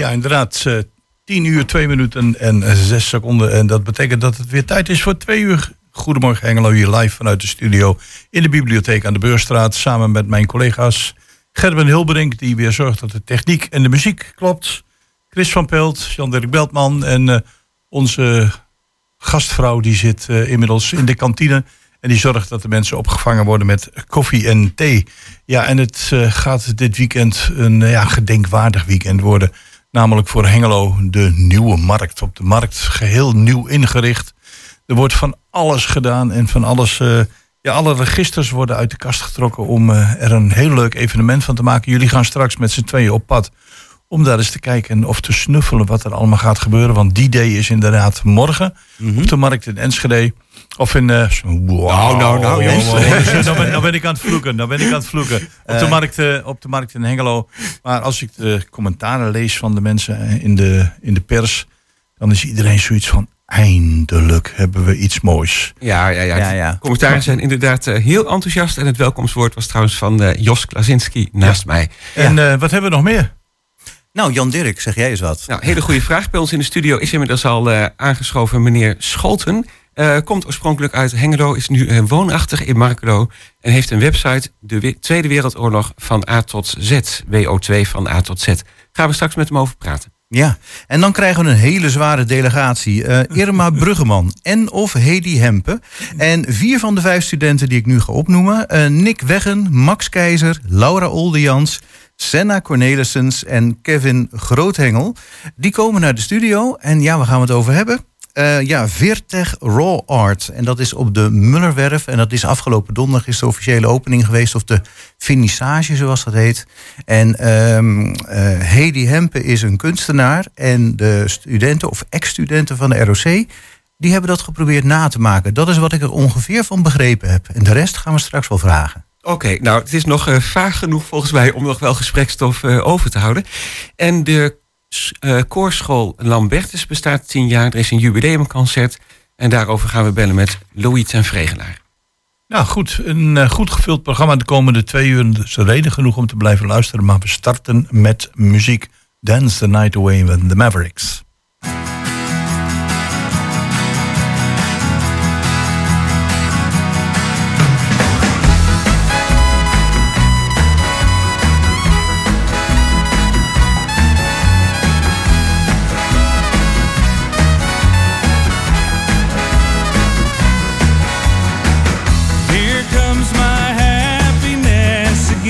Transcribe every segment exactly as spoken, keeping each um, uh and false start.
Ja, inderdaad. Uh, tien uur, twee minuten en zes seconden. En dat betekent dat het weer tijd is voor twee uur. Goedemorgen Hengelo, hier live vanuit de studio in de bibliotheek aan de Beurstraat. Samen met mijn collega's Gerben Hilberink, die weer zorgt dat de techniek en de muziek klopt. Chris van Pelt, Jan-Dirk Beltman en uh, onze gastvrouw die zit uh, inmiddels in de kantine. En die zorgt dat de mensen opgevangen worden met koffie en thee. Ja, en het uh, gaat dit weekend een uh, ja, gedenkwaardig weekend worden. Namelijk voor Hengelo de nieuwe markt. Op de markt geheel nieuw ingericht. Er wordt van alles gedaan en van alles. Uh, ja, alle registers worden uit de kast getrokken om uh, er een heel leuk evenement van te maken. Jullie gaan straks met z'n tweeën op pad om daar eens te kijken of te snuffelen wat er allemaal gaat gebeuren. Want die day is inderdaad morgen mm-hmm. op de markt in Enschede. Of in... Uh, wow, nou, nou, nou, jongens. Nou ben, nou ben ik aan het vloeken. Nou ben ik aan het vloeken. Op de markt, uh, op de markt in Hengelo. Maar als ik de commentaren lees van de mensen in de, in de pers, dan is iedereen zoiets van, eindelijk hebben we iets moois. Ja, ja, ja. ja, ja. Commentaren zijn inderdaad uh, heel enthousiast. En het welkomstwoord was trouwens van uh, Jos Klasinski naast ja. mij. En uh, wat hebben we nog meer? Nou, Jan-Dirk, zeg jij eens wat. Nou, hele goede vraag. Bij ons in de studio is inmiddels al uh, aangeschoven meneer Scholten. Uh, komt oorspronkelijk uit Hengelo, is nu uh, woonachtig in Markelo en heeft een website, de we- Tweede Wereldoorlog van A tot Z. W O twee van A tot Z. Gaan we straks met hem over praten. Ja, en dan krijgen we een hele zware delegatie. Uh, Irma Bruggeman en of Hedy Hempe. En vier van de vijf studenten die ik nu ga opnoemen. Uh, Nick Weggen, Max Keizer, Laura Oldejans, Senna Cornelissens en Kevin Groothengel. Die komen naar de studio en ja, waar gaan we het over hebben? Uh, ja, Virtech Raw Art. En dat is op de Mullerwerf. En dat is afgelopen donderdag is de officiële opening geweest. Of de finissage, zoals dat heet. En um, uh, Hedy Hempe is een kunstenaar. En de studenten of ex-studenten van de R O C, die hebben dat geprobeerd na te maken. Dat is wat ik er ongeveer van begrepen heb. En de rest gaan we straks wel vragen. Oké, okay, nou, het is nog uh, vaag genoeg volgens mij om nog wel gesprekstof uh, over te houden. En de Uh, koorschool Lambertus bestaat tien jaar. Er is een jubileumconcert. En daarover gaan we bellen met Louis ten Vregenaar. Nou goed, een uh, goed gevuld programma de komende twee uur. Dus reden genoeg om te blijven luisteren. Maar we starten met muziek. Dance the Night Away with the Mavericks.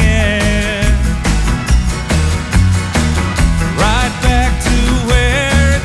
Right back to where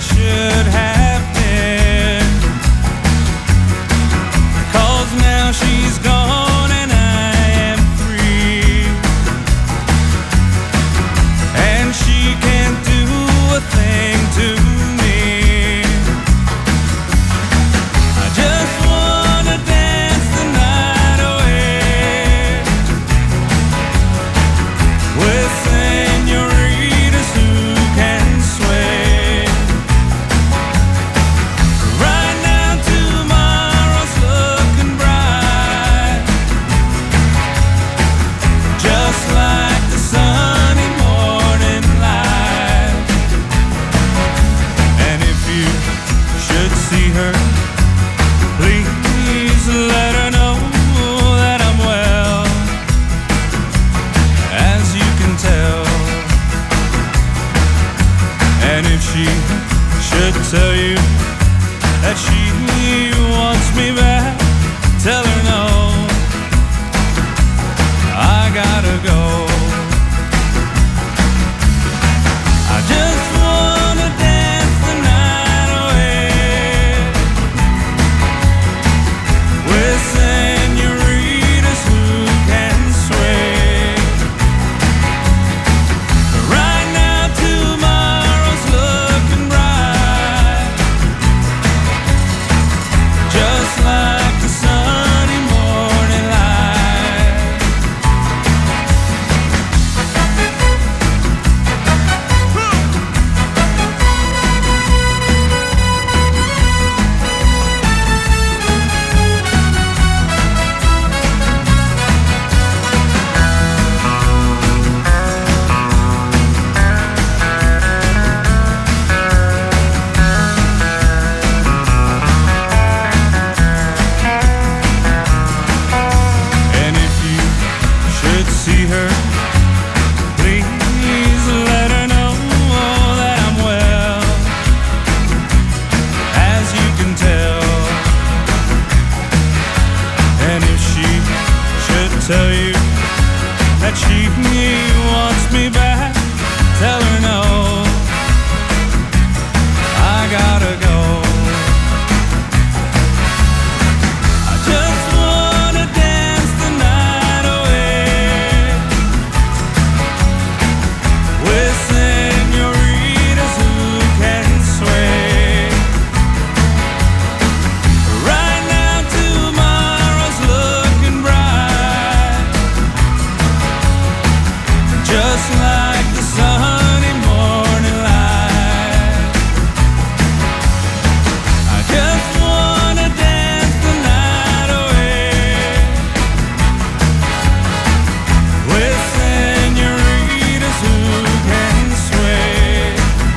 that she wants me back. Tell her no, I gotta go. I just wanna dance the night away with senoritas who can sway. Right now tomorrow's looking bright, just like the sunny morning light. I just wanna dance the night away with senoritas who can sway.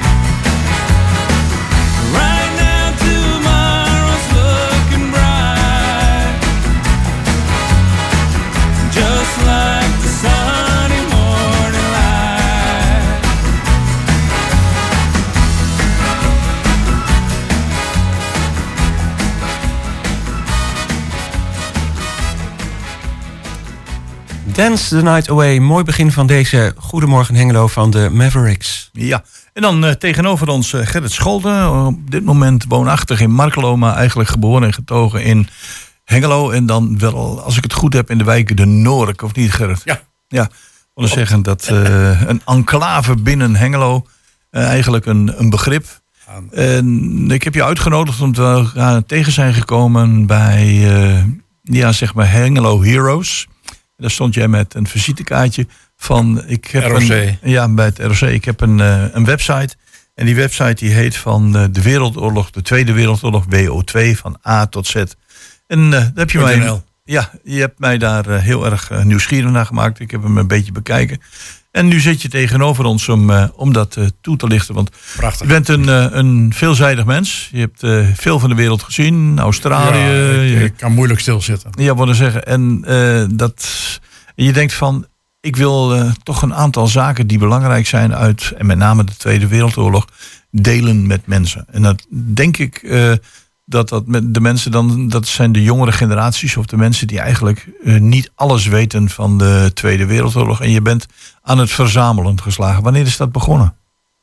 Right now tomorrow's looking bright, just like the sunny morning light. Dance the Night Away. Mooi begin van deze Goedemorgen Hengelo van de Mavericks. Ja, en dan uh, tegenover ons uh, Gerrit Scholten. Op dit moment woonachtig in Markelo, maar eigenlijk geboren en getogen in Hengelo. En dan wel, als ik het goed heb, in de wijken de Noork, of niet Gerrit? Ja. Ja, ik wil zeggen dat uh, een enclave binnen Hengelo, uh, eigenlijk een, een begrip. En ik heb je uitgenodigd omdat we uh, tegen zijn gekomen bij uh, ja, zeg maar Hengelo Heroes. Daar stond jij met een visitekaartje van... Ik heb R O C. Een, ja, bij het R O C. Ik heb een, uh, een website. En die website die heet van uh, de Wereldoorlog, de Tweede Wereldoorlog, W O twee, van A tot Z. En uh, daar heb je mij... .nl. Ja, je hebt mij daar uh, heel erg uh, nieuwsgierig naar gemaakt. Ik heb hem een beetje bekijken. En nu zit je tegenover ons om, uh, om dat uh, toe te lichten. Want Prachtig. je bent een, uh, een veelzijdig mens. Je hebt uh, veel van de wereld gezien. Australië. Ja, ik, je- ik kan moeilijk stilzitten. Ja, willen zeggen. En uh, dat je denkt van, ik wil uh, toch een aantal zaken die belangrijk zijn uit, en met name de Tweede Wereldoorlog, delen met mensen. En dat denk ik uh, dat dat met de mensen dan, dat zijn de jongere generaties of de mensen die eigenlijk uh, niet alles weten van de Tweede Wereldoorlog. En je bent aan het verzamelen geslagen. Wanneer is dat begonnen?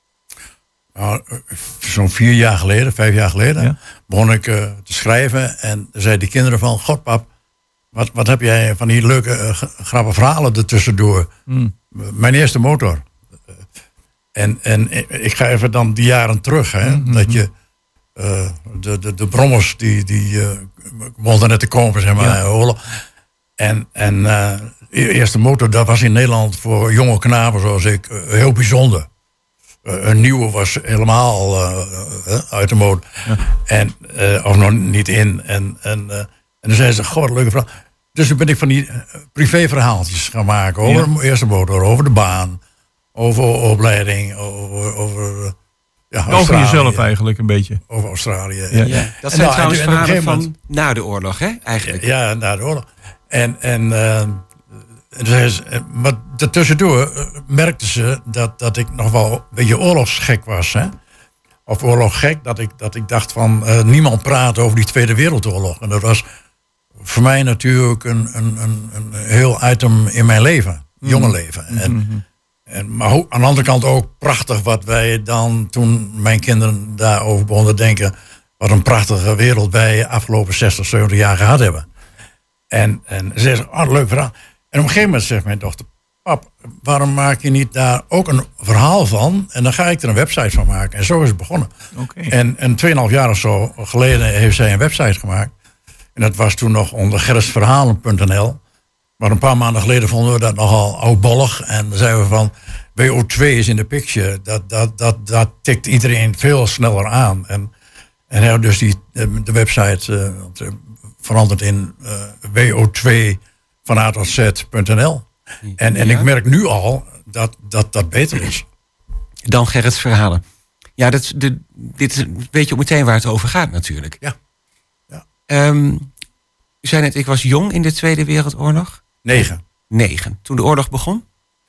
Nou, zo'n vier jaar geleden, vijf jaar geleden, Ja. begon ik uh, te schrijven. En zeiden de kinderen van, god pap, wat, wat heb jij van die leuke, uh, g- grappige verhalen ertussendoor. Hmm. Mijn eerste motor. Uh, en, en ik ga even dan die jaren terug. Hè, Mm-hmm. Dat je uh, de, de, de brommers, die, die uh, begonnen net te komen, zeg maar. Ja. oorlog. En, en uh, de eerste motor, dat was in Nederland voor jonge knapen zoals ik uh, heel bijzonder. Uh, een nieuwe was helemaal uh, uh, uit de mode. Ja. En, uh, of nog niet in. En, en, uh, en dan zeiden ze, goh, wat een leuke verhaal. Dus toen ben ik van die uh, privéverhaaltjes gaan maken. Over Ja. de eerste motor, over de baan. Over opleiding. Over, over, uh, ja, Over Australië. jezelf eigenlijk een beetje. Over Australië. Ja. Ja. Dat En zijn nou, trouwens en- en op een verhalen gegeven van moment- na de oorlog, hè? Eigenlijk. Ja, na de oorlog. En, en, uh, en toen zei ze, eh, maar daartussendoor uh, merkten ze dat, dat ik nog wel een beetje oorlogsgek was. Hè? Of oorloggek, dat ik, dat ik dacht van uh, niemand praat over die Tweede Wereldoorlog. En dat was voor mij natuurlijk een, een, een, een heel item in mijn leven, jonge leven. En, en, maar ho- aan de andere kant ook prachtig wat wij dan, toen mijn kinderen daarover begonnen te denken, wat een prachtige wereld wij de afgelopen zestig, zeventig jaar gehad hebben. En, en ze zegt, oh, leuk verhaal. En op een gegeven moment zegt mijn dochter, pap, waarom maak je niet daar ook een verhaal van? En dan ga ik er een website van maken. En zo is het begonnen. Oké. En, en tweeënhalf jaar of zo geleden heeft zij een website gemaakt. En dat was toen nog onder gerritsverhalen punt n l. Maar een paar maanden geleden vonden we dat nogal oudbollig. En dan zeiden we van, W O twee is in de picture. Dat, dat, dat, dat tikt iedereen veel sneller aan. En, en hebben dus die, de website uh, veranderd in uh, W O twee van A tot Z punt n l. En, en Ja. ik merk nu al dat dat, dat beter is. Dan Gerrits verhalen. Ja, dat, is de, dit is, weet je ook meteen waar het over gaat natuurlijk. Ja. Ja. Ehm, u zei net, ik was jong in de Tweede Wereldoorlog. Negen. Negen. Toen de oorlog begon?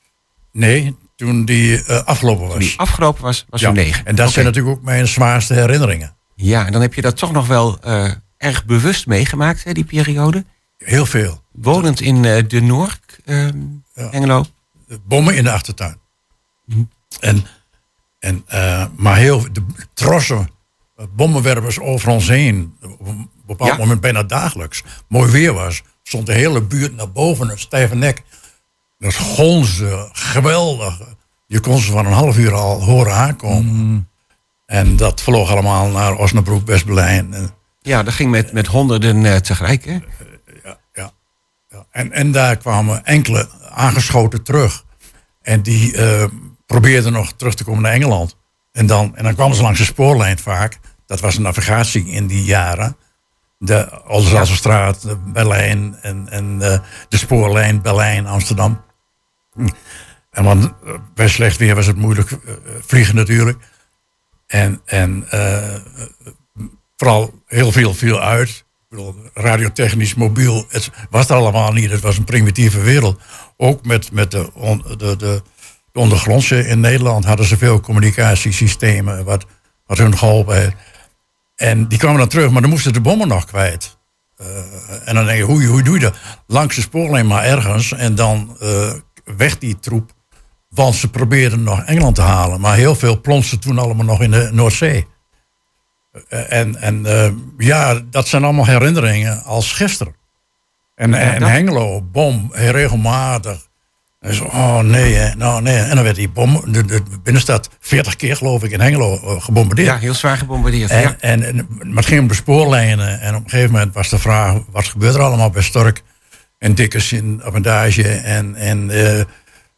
Nee, toen die uh, afgelopen was. Toen die afgelopen was, was Ja. u negen. En dat Oké. zijn natuurlijk ook mijn zwaarste herinneringen. Ja, en dan heb je dat toch nog wel uh, erg bewust meegemaakt, hè, die periode. Heel veel. Wonend in uh, de Noord, uh, Ja. Hengelo. Bommen in de achtertuin. Hm. En, en, uh, maar heel de trossen bommenwerpers over ons heen. Op een bepaald Ja. moment bijna dagelijks. Mooi weer was. Stond de hele buurt naar boven, een stijve nek. Dat gonste, geweldig. Je kon ze van een half uur al horen aankomen. Mm. En dat vloog allemaal naar Osnabrück, West-Berlijn. En, Ja, dat ging met, met honderden uh, tegelijk. Hè? ja, ja, ja. En, en daar kwamen enkele aangeschoten terug. En die uh, probeerden nog terug te komen naar Engeland. En dan, en dan kwamen ze langs de spoorlijn vaak. Dat was een navigatie in die jaren. De Oldenzaalsestraat, ja. Berlijn en, en uh, de spoorlijn Berlijn, Amsterdam. En want uh, bij slecht weer was het moeilijk uh, vliegen natuurlijk. En, en uh, vooral heel veel viel uit. Ik bedoel, radiotechnisch, mobiel, het was er allemaal niet. Het was een primitieve wereld. Ook met, met de, on, de, de, de ondergrondse in Nederland hadden ze veel communicatiesystemen wat, wat hun geholpen heeft. En die kwamen dan terug, maar dan moesten de bommen nog kwijt. Uh, en dan denk je, hoe, hoe doe je dat? Langs de spoorlijn maar ergens en dan uh, weg die troep. Want ze probeerden nog Engeland te halen. Maar heel veel plonsten toen allemaal nog in de Noordzee. Uh, en en uh, ja, dat zijn allemaal herinneringen als gisteren. En, Ja, en dat... Hengelo, bom, heel regelmatig. En zo, oh nee, hè, nou nee. En dan werd die bom, de, de binnenstad veertig keer geloof ik in Hengelo uh, gebombardeerd. Ja, heel zwaar gebombardeerd. En, ja. en, en, maar het ging om de spoorlijnen. En op een gegeven moment was de vraag, wat gebeurt er allemaal bij Stork en Dikkers in Appendage. En, en uh, uh,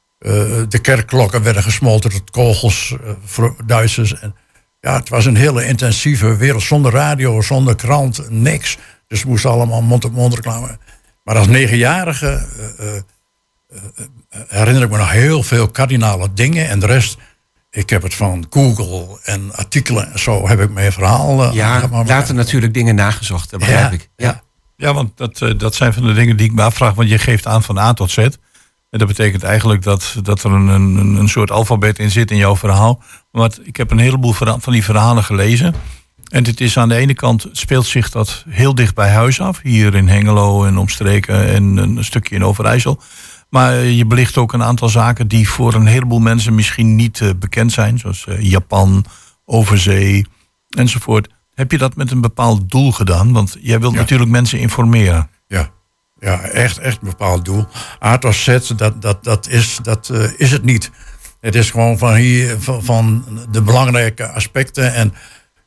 de kerkklokken werden gesmolten tot kogels, uh, voor Duitsers. En, ja, het was een hele intensieve wereld, zonder radio, zonder krant, niks. Dus het moest allemaal mond-op-mond reclame. Maar als negenjarige uh, uh, uh, herinner ik me nog heel veel kardinale dingen. En de rest, ik heb het van Google en artikelen en zo heb ik mijn verhaal. Uh, Ja, maar, later natuurlijk dingen nagezocht, dat begrijp Ja, ik. Ja. Ja, want dat, uh, dat zijn van de dingen die ik me afvraag. Want je geeft aan van A tot Z. En dat betekent eigenlijk dat, dat er een, een, een soort alfabet in zit in jouw verhaal. Want ik heb een heleboel verha- van die verhalen gelezen. En het is aan de ene kant speelt zich dat heel dicht bij huis af. Hier in Hengelo en omstreken en een stukje in Overijssel. Maar je belicht ook een aantal zaken die voor een heleboel mensen misschien niet uh, bekend zijn. Zoals uh, Japan, Overzee enzovoort. Heb je dat met een bepaald doel gedaan? Want jij wilt Ja. natuurlijk mensen informeren. Ja, ja echt, echt een bepaald doel. A tot Z, dat, dat, dat, is, dat uh, is het niet. Het is gewoon van, hier, van, van de belangrijke aspecten. En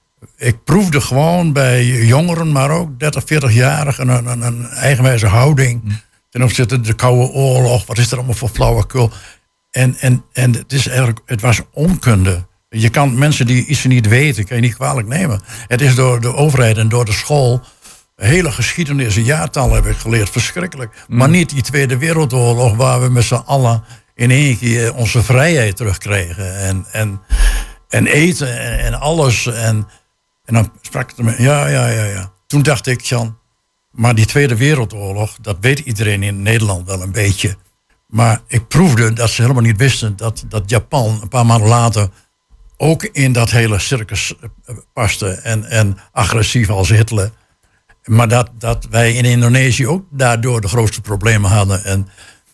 ik proefde gewoon bij jongeren, maar ook dertig, veertig-jarigen... een, een, een eigenwijze houding mm. ten opzichte van de Koude Oorlog. Wat is er allemaal voor flauwekul? En, en, en het, is eigenlijk, het was onkunde. Je kan mensen die iets niet weten, kan je niet kwalijk nemen. Het is door de overheid en door de school... hele geschiedenis, een jaartal heb ik geleerd, verschrikkelijk. Mm. Maar niet die Tweede Wereldoorlog... waar we met z'n allen in één keer onze vrijheid terugkregen. En, en, en eten en, en alles. En, en dan sprak het me, ja, ja, ja, ja. Toen dacht ik, Jan... maar die Tweede Wereldoorlog, dat weet iedereen in Nederland wel een beetje. Maar ik proefde dat ze helemaal niet wisten... dat, dat Japan een paar maanden later... ook in dat hele circus paste. En, en agressief als Hitler... Maar dat, dat wij in Indonesië ook daardoor de grootste problemen hadden. En,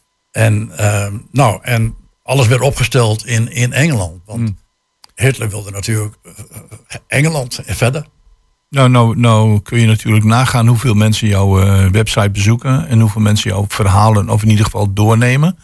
en, uh, nou, en alles werd opgesteld in, in Engeland. Want mm. Hitler wilde natuurlijk uh, Engeland en verder. Nou, nou, nou kun je natuurlijk nagaan hoeveel mensen jouw uh, website bezoeken. En hoeveel mensen jouw verhalen, of in ieder geval doornemen.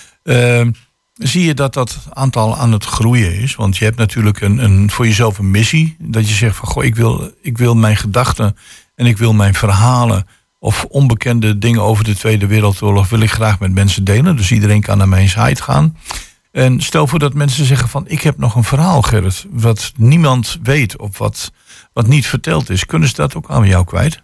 Uh, zie je dat dat aantal aan het groeien is? Want je hebt natuurlijk een, een, voor jezelf een missie. Dat je zegt van, goh, ik wil, ik wil mijn gedachten... en ik wil mijn verhalen of onbekende dingen over de Tweede Wereldoorlog... wil ik graag met mensen delen. Dus iedereen kan naar mijn site gaan. En stel voor dat mensen zeggen van... ik heb nog een verhaal, Gerrit, wat niemand weet... of wat, wat niet verteld is. Kunnen ze dat ook aan jou kwijt?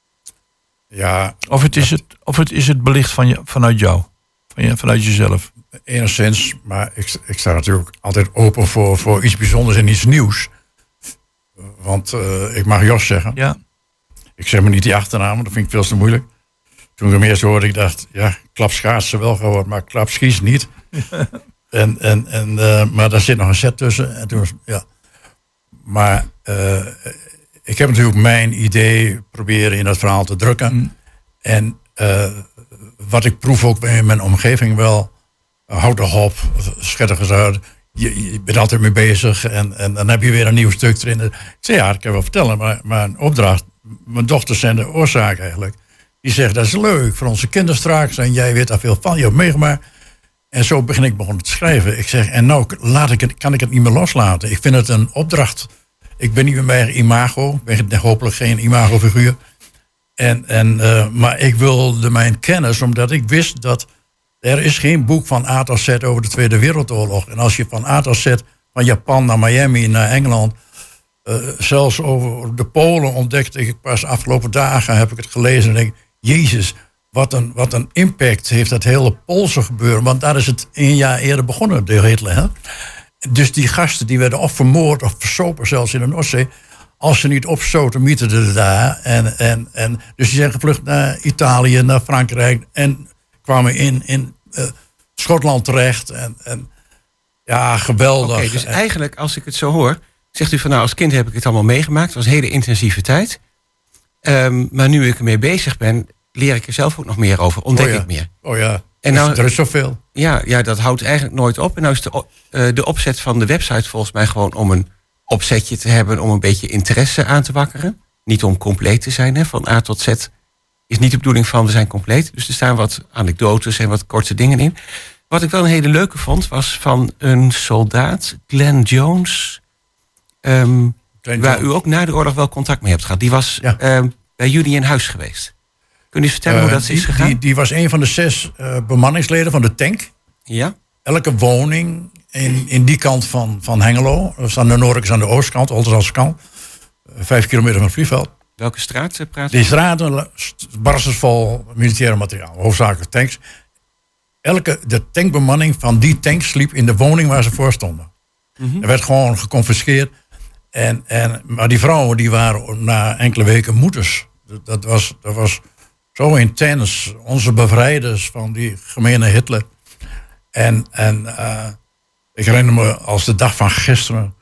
Ja. Of het is het, of het, is het belicht van je, vanuit jou? Van je, vanuit jezelf? Enigszins, maar ik, ik sta natuurlijk altijd open voor, voor iets bijzonders en iets nieuws. Want uh, ik mag Jos zeggen... Ja. Ik zeg maar niet die achternaam, dat vind ik veel te moeilijk. Toen ik hem eerst hoorde, ik dacht, ja, klapschaatsen wel gewoon, maar klapschies niet. en, en, en, uh, maar daar zit nog een set tussen. En toen, ja. Maar uh, ik heb natuurlijk mijn idee proberen in dat verhaal te drukken. Mm. En uh, wat ik proef ook in mijn omgeving wel. Uh, houd toch op, schitterend gezegd. Je, je bent altijd mee bezig en, en dan heb je weer een nieuw stuk erin. Ik zei, ja, dat kan ik wel vertellen, maar, maar een opdracht. Mijn dochters zijn de oorzaak eigenlijk. Die zegt, dat is leuk voor onze kinderen straks. En jij weet daar veel van, je hebt meegemaakt. En zo begin ik begonnen te schrijven. Ik zeg, en nou laat ik het, kan ik het niet meer loslaten. Ik vind het een opdracht. Ik ben niet meer mijn imago. Ik ben hopelijk geen imagofiguur. En, en, uh, maar ik wilde mijn kennis, omdat ik wist dat er is geen boek van A tot Z over de Tweede Wereldoorlog. En als je van A tot Z, van Japan naar Miami, naar Engeland, uh, zelfs over de Polen ontdekte ik pas afgelopen dagen, heb ik het gelezen en denk, Jezus, wat een, wat een impact heeft dat hele Poolse gebeuren. Want daar is het een jaar eerder begonnen, de Hitler. Hè? Dus die gasten die werden of vermoord of versopen zelfs in de Noordzee. Als ze niet opstoten, mieten ze daar. En, en, en, dus die zijn gevlucht naar Italië, naar Frankrijk. En kwamen in, in uh, Schotland terecht. En, en ja, geweldig. Oké, okay, dus eigenlijk, als ik het zo hoor, zegt u van nou, als kind heb ik het allemaal meegemaakt. Het was een hele intensieve tijd. Um, maar nu ik ermee bezig ben, leer ik er zelf ook nog meer over. Ontdek oh ja. ik meer. Oh ja, en nou, er is zoveel. Ja, ja, dat houdt eigenlijk nooit op. En nou is de, uh, de opzet van de website volgens mij gewoon om een opzetje te hebben, om een beetje interesse aan te wakkeren. Niet om compleet te zijn, hè. Van A tot Z is niet de bedoeling van we zijn compleet. Dus er staan wat anekdotes en wat korte dingen in. Wat ik wel een hele leuke vond, was van een soldaat, Glenn Jones, um, Glenn waar Jones. U ook na de oorlog wel contact mee hebt gehad. Die was ja. um, bij jullie in huis geweest. Kun je eens vertellen uh, hoe dat die, is gegaan? Die, die was een van de zes uh, bemanningsleden van de tank. Ja. Elke woning in, in die kant van, van Hengelo, dat is aan de noordelijke, aan de oostkant, Oldenzaals kant, vijf kilometer van het vliegveld. Welke straat uh, praat u? Die straten barsten vol militaire materiaal, hoofdzakelijk tanks. Elke, de tankbemanning van die tanks sliep in de woning waar ze voor stonden. Mm-hmm. Er werd gewoon geconfiskeerd. En, en, maar die vrouwen die waren na enkele weken moeders. Dat, dat, was, dat was zo intens. Onze bevrijders van die gemene Hitler. En, en uh, ik herinner me als de dag van gisteren,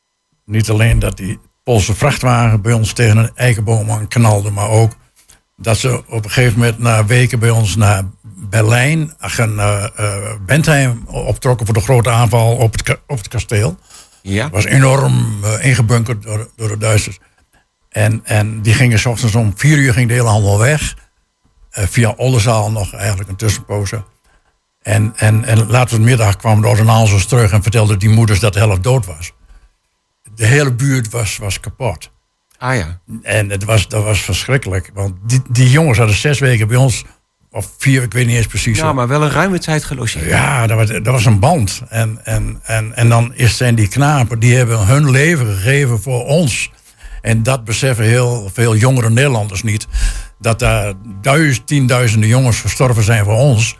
niet alleen dat die Poolse vrachtwagen bij ons tegen een eikenboom aan knalde, maar ook dat ze op een gegeven moment na weken bij ons naar Berlijn, en uh, uh, Bentheim optrokken voor de grote aanval op het, op het kasteel. Ja. Dat was enorm uh, ingebunkerd door, door de Duitsers. En, en die gingen 's ochtends om vier uur ging de hele handel weg. Uh, via Oldenzaal nog eigenlijk een tussenpoze. En, en, en later de middag kwamen de ordonnances terug en vertelden die moeders dat de helft dood was. De hele buurt was, was kapot. Ah ja. En het was, dat was verschrikkelijk. Want die, die jongens hadden zes weken bij ons, of vier, ik weet niet eens precies. Ja, maar wel een ruime tijd gelogeerd. Ja, dat was, dat was een band. En, en, en, en dan is, zijn die knapen, die hebben hun leven gegeven voor ons. En dat beseffen heel veel jongere Nederlanders niet. Dat daar duizend, tienduizenden jongens verstorven zijn voor ons.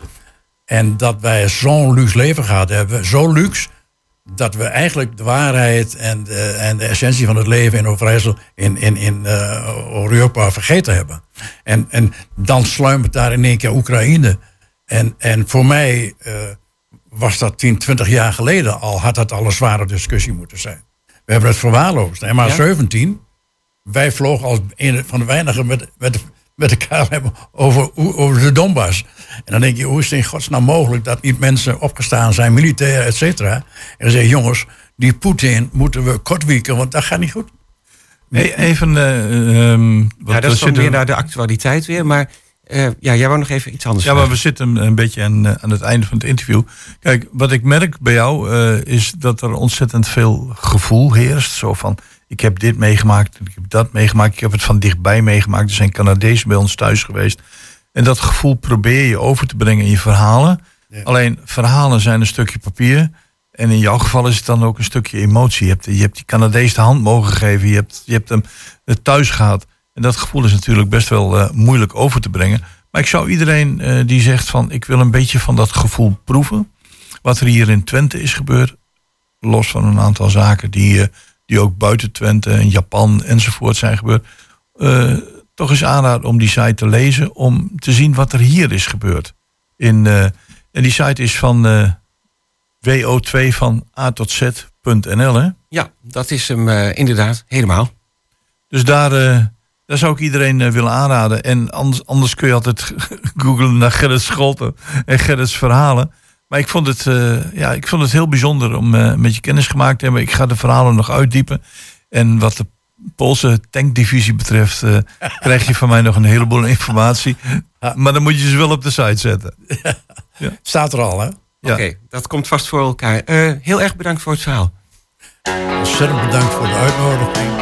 En dat wij zo'n luxe leven gehad hebben. Zo luxe dat we eigenlijk de waarheid en de, en de essentie van het leven in Overijssel in, in, in uh, Europa vergeten hebben. En, en dan sluimert daar in één keer Oekraïne. En, en voor mij uh, was dat tien, twintig jaar geleden al, had dat al een zware discussie moeten zijn. We hebben het verwaarloosd. M H zeventien, ja? Wij vlogen als een van de weinigen met, met, met de K L M over, over de Donbass. En dan denk je, hoe is het in godsnaam mogelijk dat niet mensen opgestaan zijn, militair, et cetera. En dan zeg je, jongens, die Poetin moeten we kortwieken, want dat gaat niet goed. Nee, even... Uh, um, wat ja, dat is dan zitten... weer naar de actualiteit weer, maar uh, ja, jij wou nog even iets anders Ja, vragen. maar we zitten een beetje aan, aan het einde van het interview. Kijk, wat ik merk bij jou uh, is dat er ontzettend veel gevoel heerst. Zo van, ik heb dit meegemaakt, ik heb dat meegemaakt, ik heb het van dichtbij meegemaakt. Er zijn Canadezen bij ons thuis geweest. En dat gevoel probeer je over te brengen in je verhalen. Ja. Alleen, verhalen zijn een stukje papier. En in jouw geval is het dan ook een stukje emotie. Je hebt, je hebt die Canadees de hand mogen geven. Je hebt, je hebt hem thuis gehad. En dat gevoel is natuurlijk best wel uh, moeilijk over te brengen. Maar ik zou iedereen uh, die zegt van, ik wil een beetje van dat gevoel proeven. Wat er hier in Twente is gebeurd. Los van een aantal zaken die, uh, die ook buiten Twente en Japan enzovoort zijn gebeurd. Uh, toch eens aanraden om die site te lezen. Om te zien wat er hier is gebeurd. In, uh, en die site is van uh, W O twee van A tot Z punt N L, hè? Ja, dat is hem uh, inderdaad helemaal. Dus daar, uh, Daar zou ik iedereen uh, willen aanraden. En anders, anders kun je altijd googlen naar Gerrit Scholten en Gerrits verhalen. Maar ik vond het, uh, ja, ik vond het heel bijzonder om uh, met je kennis gemaakt te hebben. Ik ga de verhalen nog uitdiepen. En wat de Poolse tankdivisie betreft, uh, krijg je van mij nog een heleboel informatie. Ja. Maar dan moet je ze wel op de site zetten. Ja. Ja. Staat er al, hè? Ja. Oké, okay, dat komt vast voor elkaar. Uh, heel erg bedankt voor het verhaal. Ontzettend bedankt voor de uitnodiging.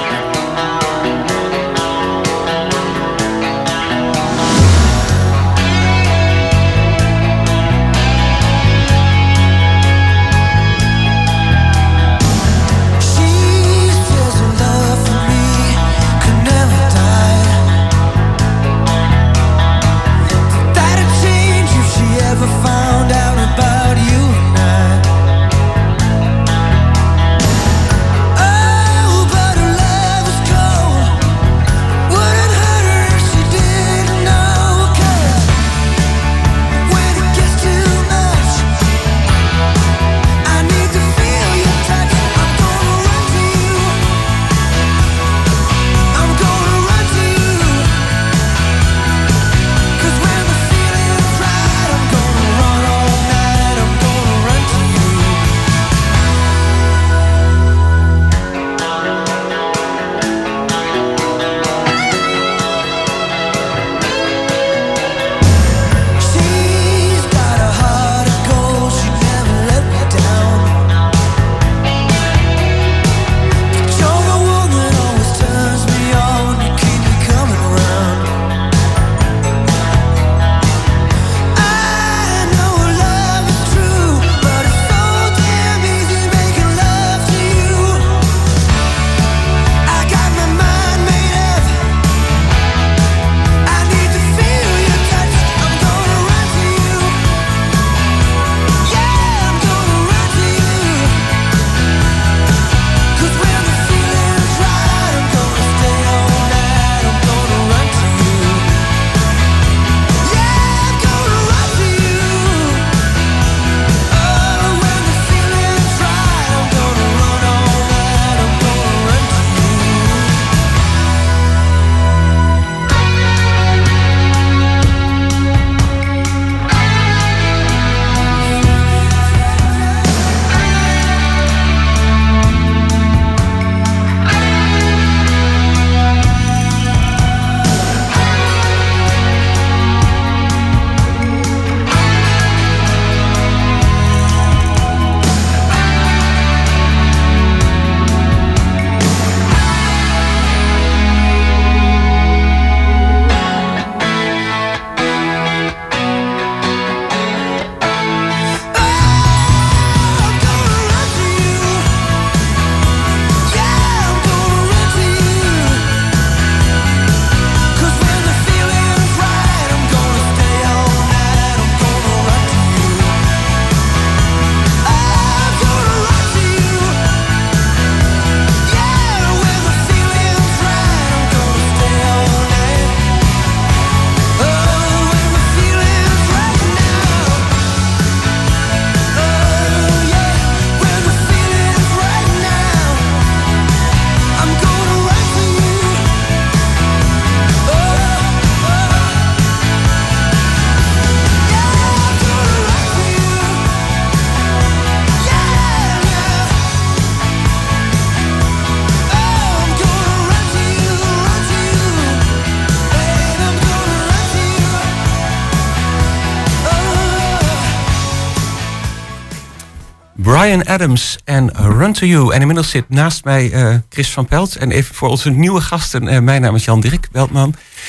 Bryan Adams en Run to You. En inmiddels zit naast mij uh, Chris van Pelt. En even voor onze nieuwe gasten, uh, mijn naam is Jan-Dirk Beltman.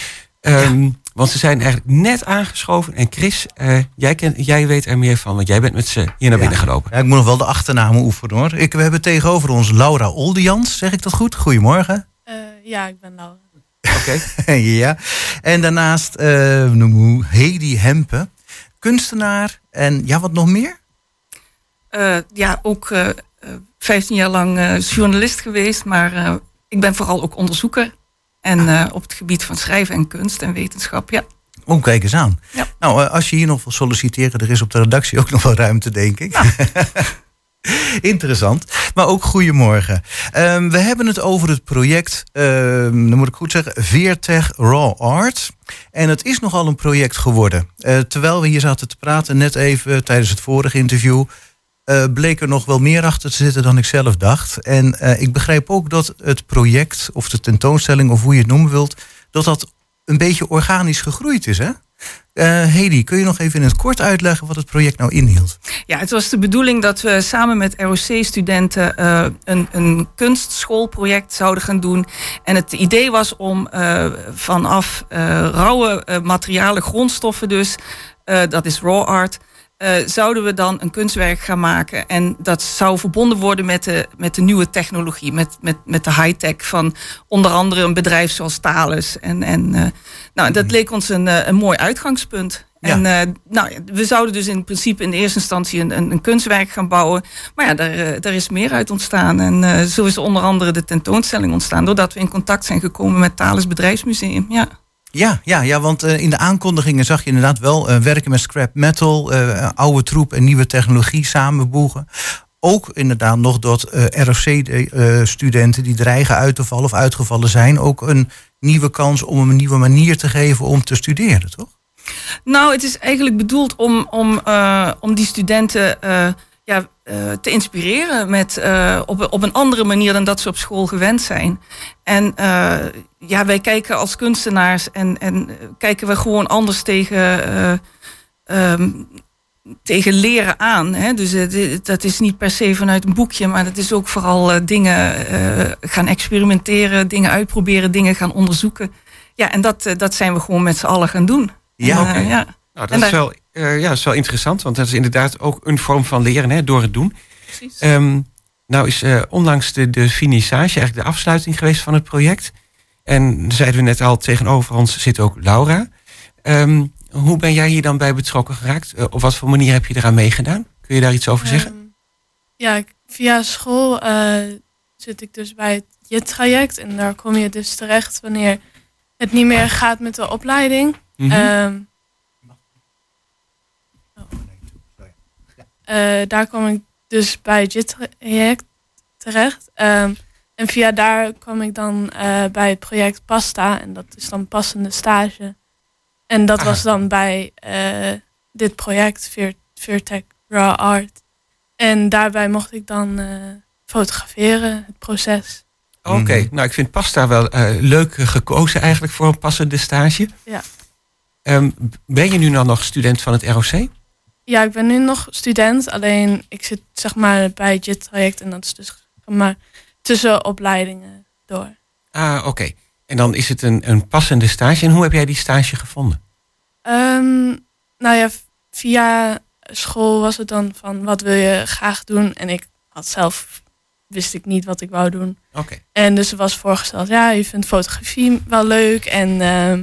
Um, ja. Want ze zijn eigenlijk net aangeschoven. En Chris, uh, jij, ken, jij weet er meer van, want jij bent met ze hier naar ja. binnen gelopen. Ja, ik moet nog wel de achternamen oefenen hoor. Ik, we hebben tegenover ons Laura Oldejans, zeg ik dat goed? Goedemorgen. Uh, ja, ik ben Laura. Oké. Okay. Ja. En daarnaast uh, noemen we Hedy Hempe, kunstenaar en ja, wat nog meer? Uh, ja, ook uh, vijftien jaar lang uh, journalist geweest, maar uh, ik ben vooral ook onderzoeker. En uh, op het gebied van schrijven en kunst en wetenschap, ja. Oh, kijk eens aan. Ja. Nou, als je hier nog wil solliciteren, er is op de redactie ook nog wel ruimte, denk ik. Ja. Interessant, maar ook goedemorgen. Um, we hebben het over het project, um, dan moet ik goed zeggen, Veertech Raw Art. En het is nogal een project geworden. Uh, terwijl we hier zaten te praten, net even tijdens het vorige interview, Uh, bleek er nog wel meer achter te zitten dan ik zelf dacht. En uh, ik begrijp ook dat het project, of de tentoonstelling, of hoe je het noemen wilt, dat dat een beetje organisch gegroeid is, hè? Uh, Hedy, kun je nog even in het kort uitleggen wat het project nou inhield? Ja, het was de bedoeling dat we samen met R O C-studenten uh, een, een kunstschoolproject zouden gaan doen. En het idee was om uh, vanaf uh, rauwe uh, materialen, grondstoffen dus, uh, dat is raw art, Uh, zouden we dan een kunstwerk gaan maken. En dat zou verbonden worden met de, met de nieuwe technologie. Met, met, met de high-tech van onder andere een bedrijf zoals Thales. En, en uh, nou, dat leek ons een, uh, een mooi uitgangspunt. Ja. En uh, nou, we zouden dus in principe in de eerste instantie een, een, een kunstwerk gaan bouwen. Maar ja, daar, uh, daar is meer uit ontstaan. En uh, zo is onder andere de tentoonstelling ontstaan. Doordat we in contact zijn gekomen met Thales Bedrijfsmuseum. Ja. Ja, ja, ja, want uh, in de aankondigingen zag je inderdaad wel uh, werken met scrap metal, uh, oude troep en nieuwe technologie samenvoegen. Ook inderdaad nog dat uh, R F C-studenten uh, die dreigen uit te vallen of uitgevallen zijn, ook een nieuwe kans om een nieuwe manier te geven om te studeren, toch? Nou, het is eigenlijk bedoeld om, om, uh, om die studenten uh, ja, uh, te inspireren met, uh, op, op een andere manier dan dat ze op school gewend zijn. En uh, ja, wij kijken als kunstenaars en, en kijken we gewoon anders tegen, uh, um, tegen leren aan. Hè? Dus uh, dat is niet per se vanuit een boekje, maar dat is ook vooral uh, dingen uh, gaan experimenteren, dingen uitproberen, dingen gaan onderzoeken. Ja, en dat, uh, dat zijn we gewoon met z'n allen gaan doen. Ja, en, uh, okay. ja. Nou, dat is, wel, uh, ja, dat is wel interessant, want dat is inderdaad ook een vorm van leren, hè, door het doen. Precies. Um, nou is uh, onlangs de, de finissage, eigenlijk de afsluiting geweest van het project. En zeiden we net al, tegenover ons zit ook Laura. Um, hoe ben jij hier dan bij betrokken geraakt? Uh, op wat voor manier heb je eraan meegedaan? Kun je daar iets over zeggen? Um, ja, via school uh, zit ik dus bij het J I T-traject. En daar kom je dus terecht wanneer het niet meer gaat met de opleiding. Mm-hmm. Um, oh. uh, daar kom ik dus bij het J I T-traject terecht. Um, en via daar kwam ik dan uh, bij het project Pasta. En dat is dan passende stage. En dat Aha. was dan bij uh, dit project, Veertech Raw Art. En daarbij mocht ik dan uh, fotograferen, het proces. Oké, okay. mm-hmm. Nou ik vind Pasta wel uh, leuk gekozen eigenlijk voor een passende stage. Ja. Um, ben je nu dan nog student van het R O C? Ja, ik ben nu nog student. Alleen ik zit zeg maar bij het J I T-traject. En dat is dus zeg maar tussen opleidingen door. Ah, oké. Okay. En dan is het een, een passende stage. En hoe heb jij die stage gevonden? Um, nou ja, via school was het dan van wat wil je graag doen. En ik had zelf, wist ik niet wat ik wou doen. Oké. Okay. En dus er was voorgesteld, ja, je vindt fotografie wel leuk. En uh,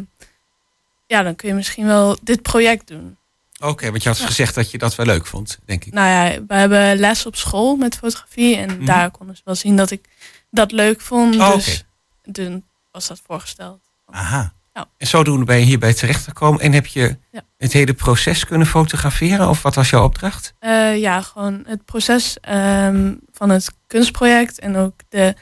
ja, dan kun je misschien wel dit project doen. Oké, okay, want je had ja. gezegd dat je dat wel leuk vond, denk ik. Nou ja, we hebben les op school met fotografie. En mm-hmm. daar konden ze wel zien dat ik dat leuk vond. Oh, dus okay. toen was dat voorgesteld. Aha. Ja. En zodoende ben je hierbij terechtgekomen. En heb je ja. het hele proces kunnen fotograferen? Of wat was jouw opdracht? Uh, ja, gewoon het proces um, van het kunstproject. En ook de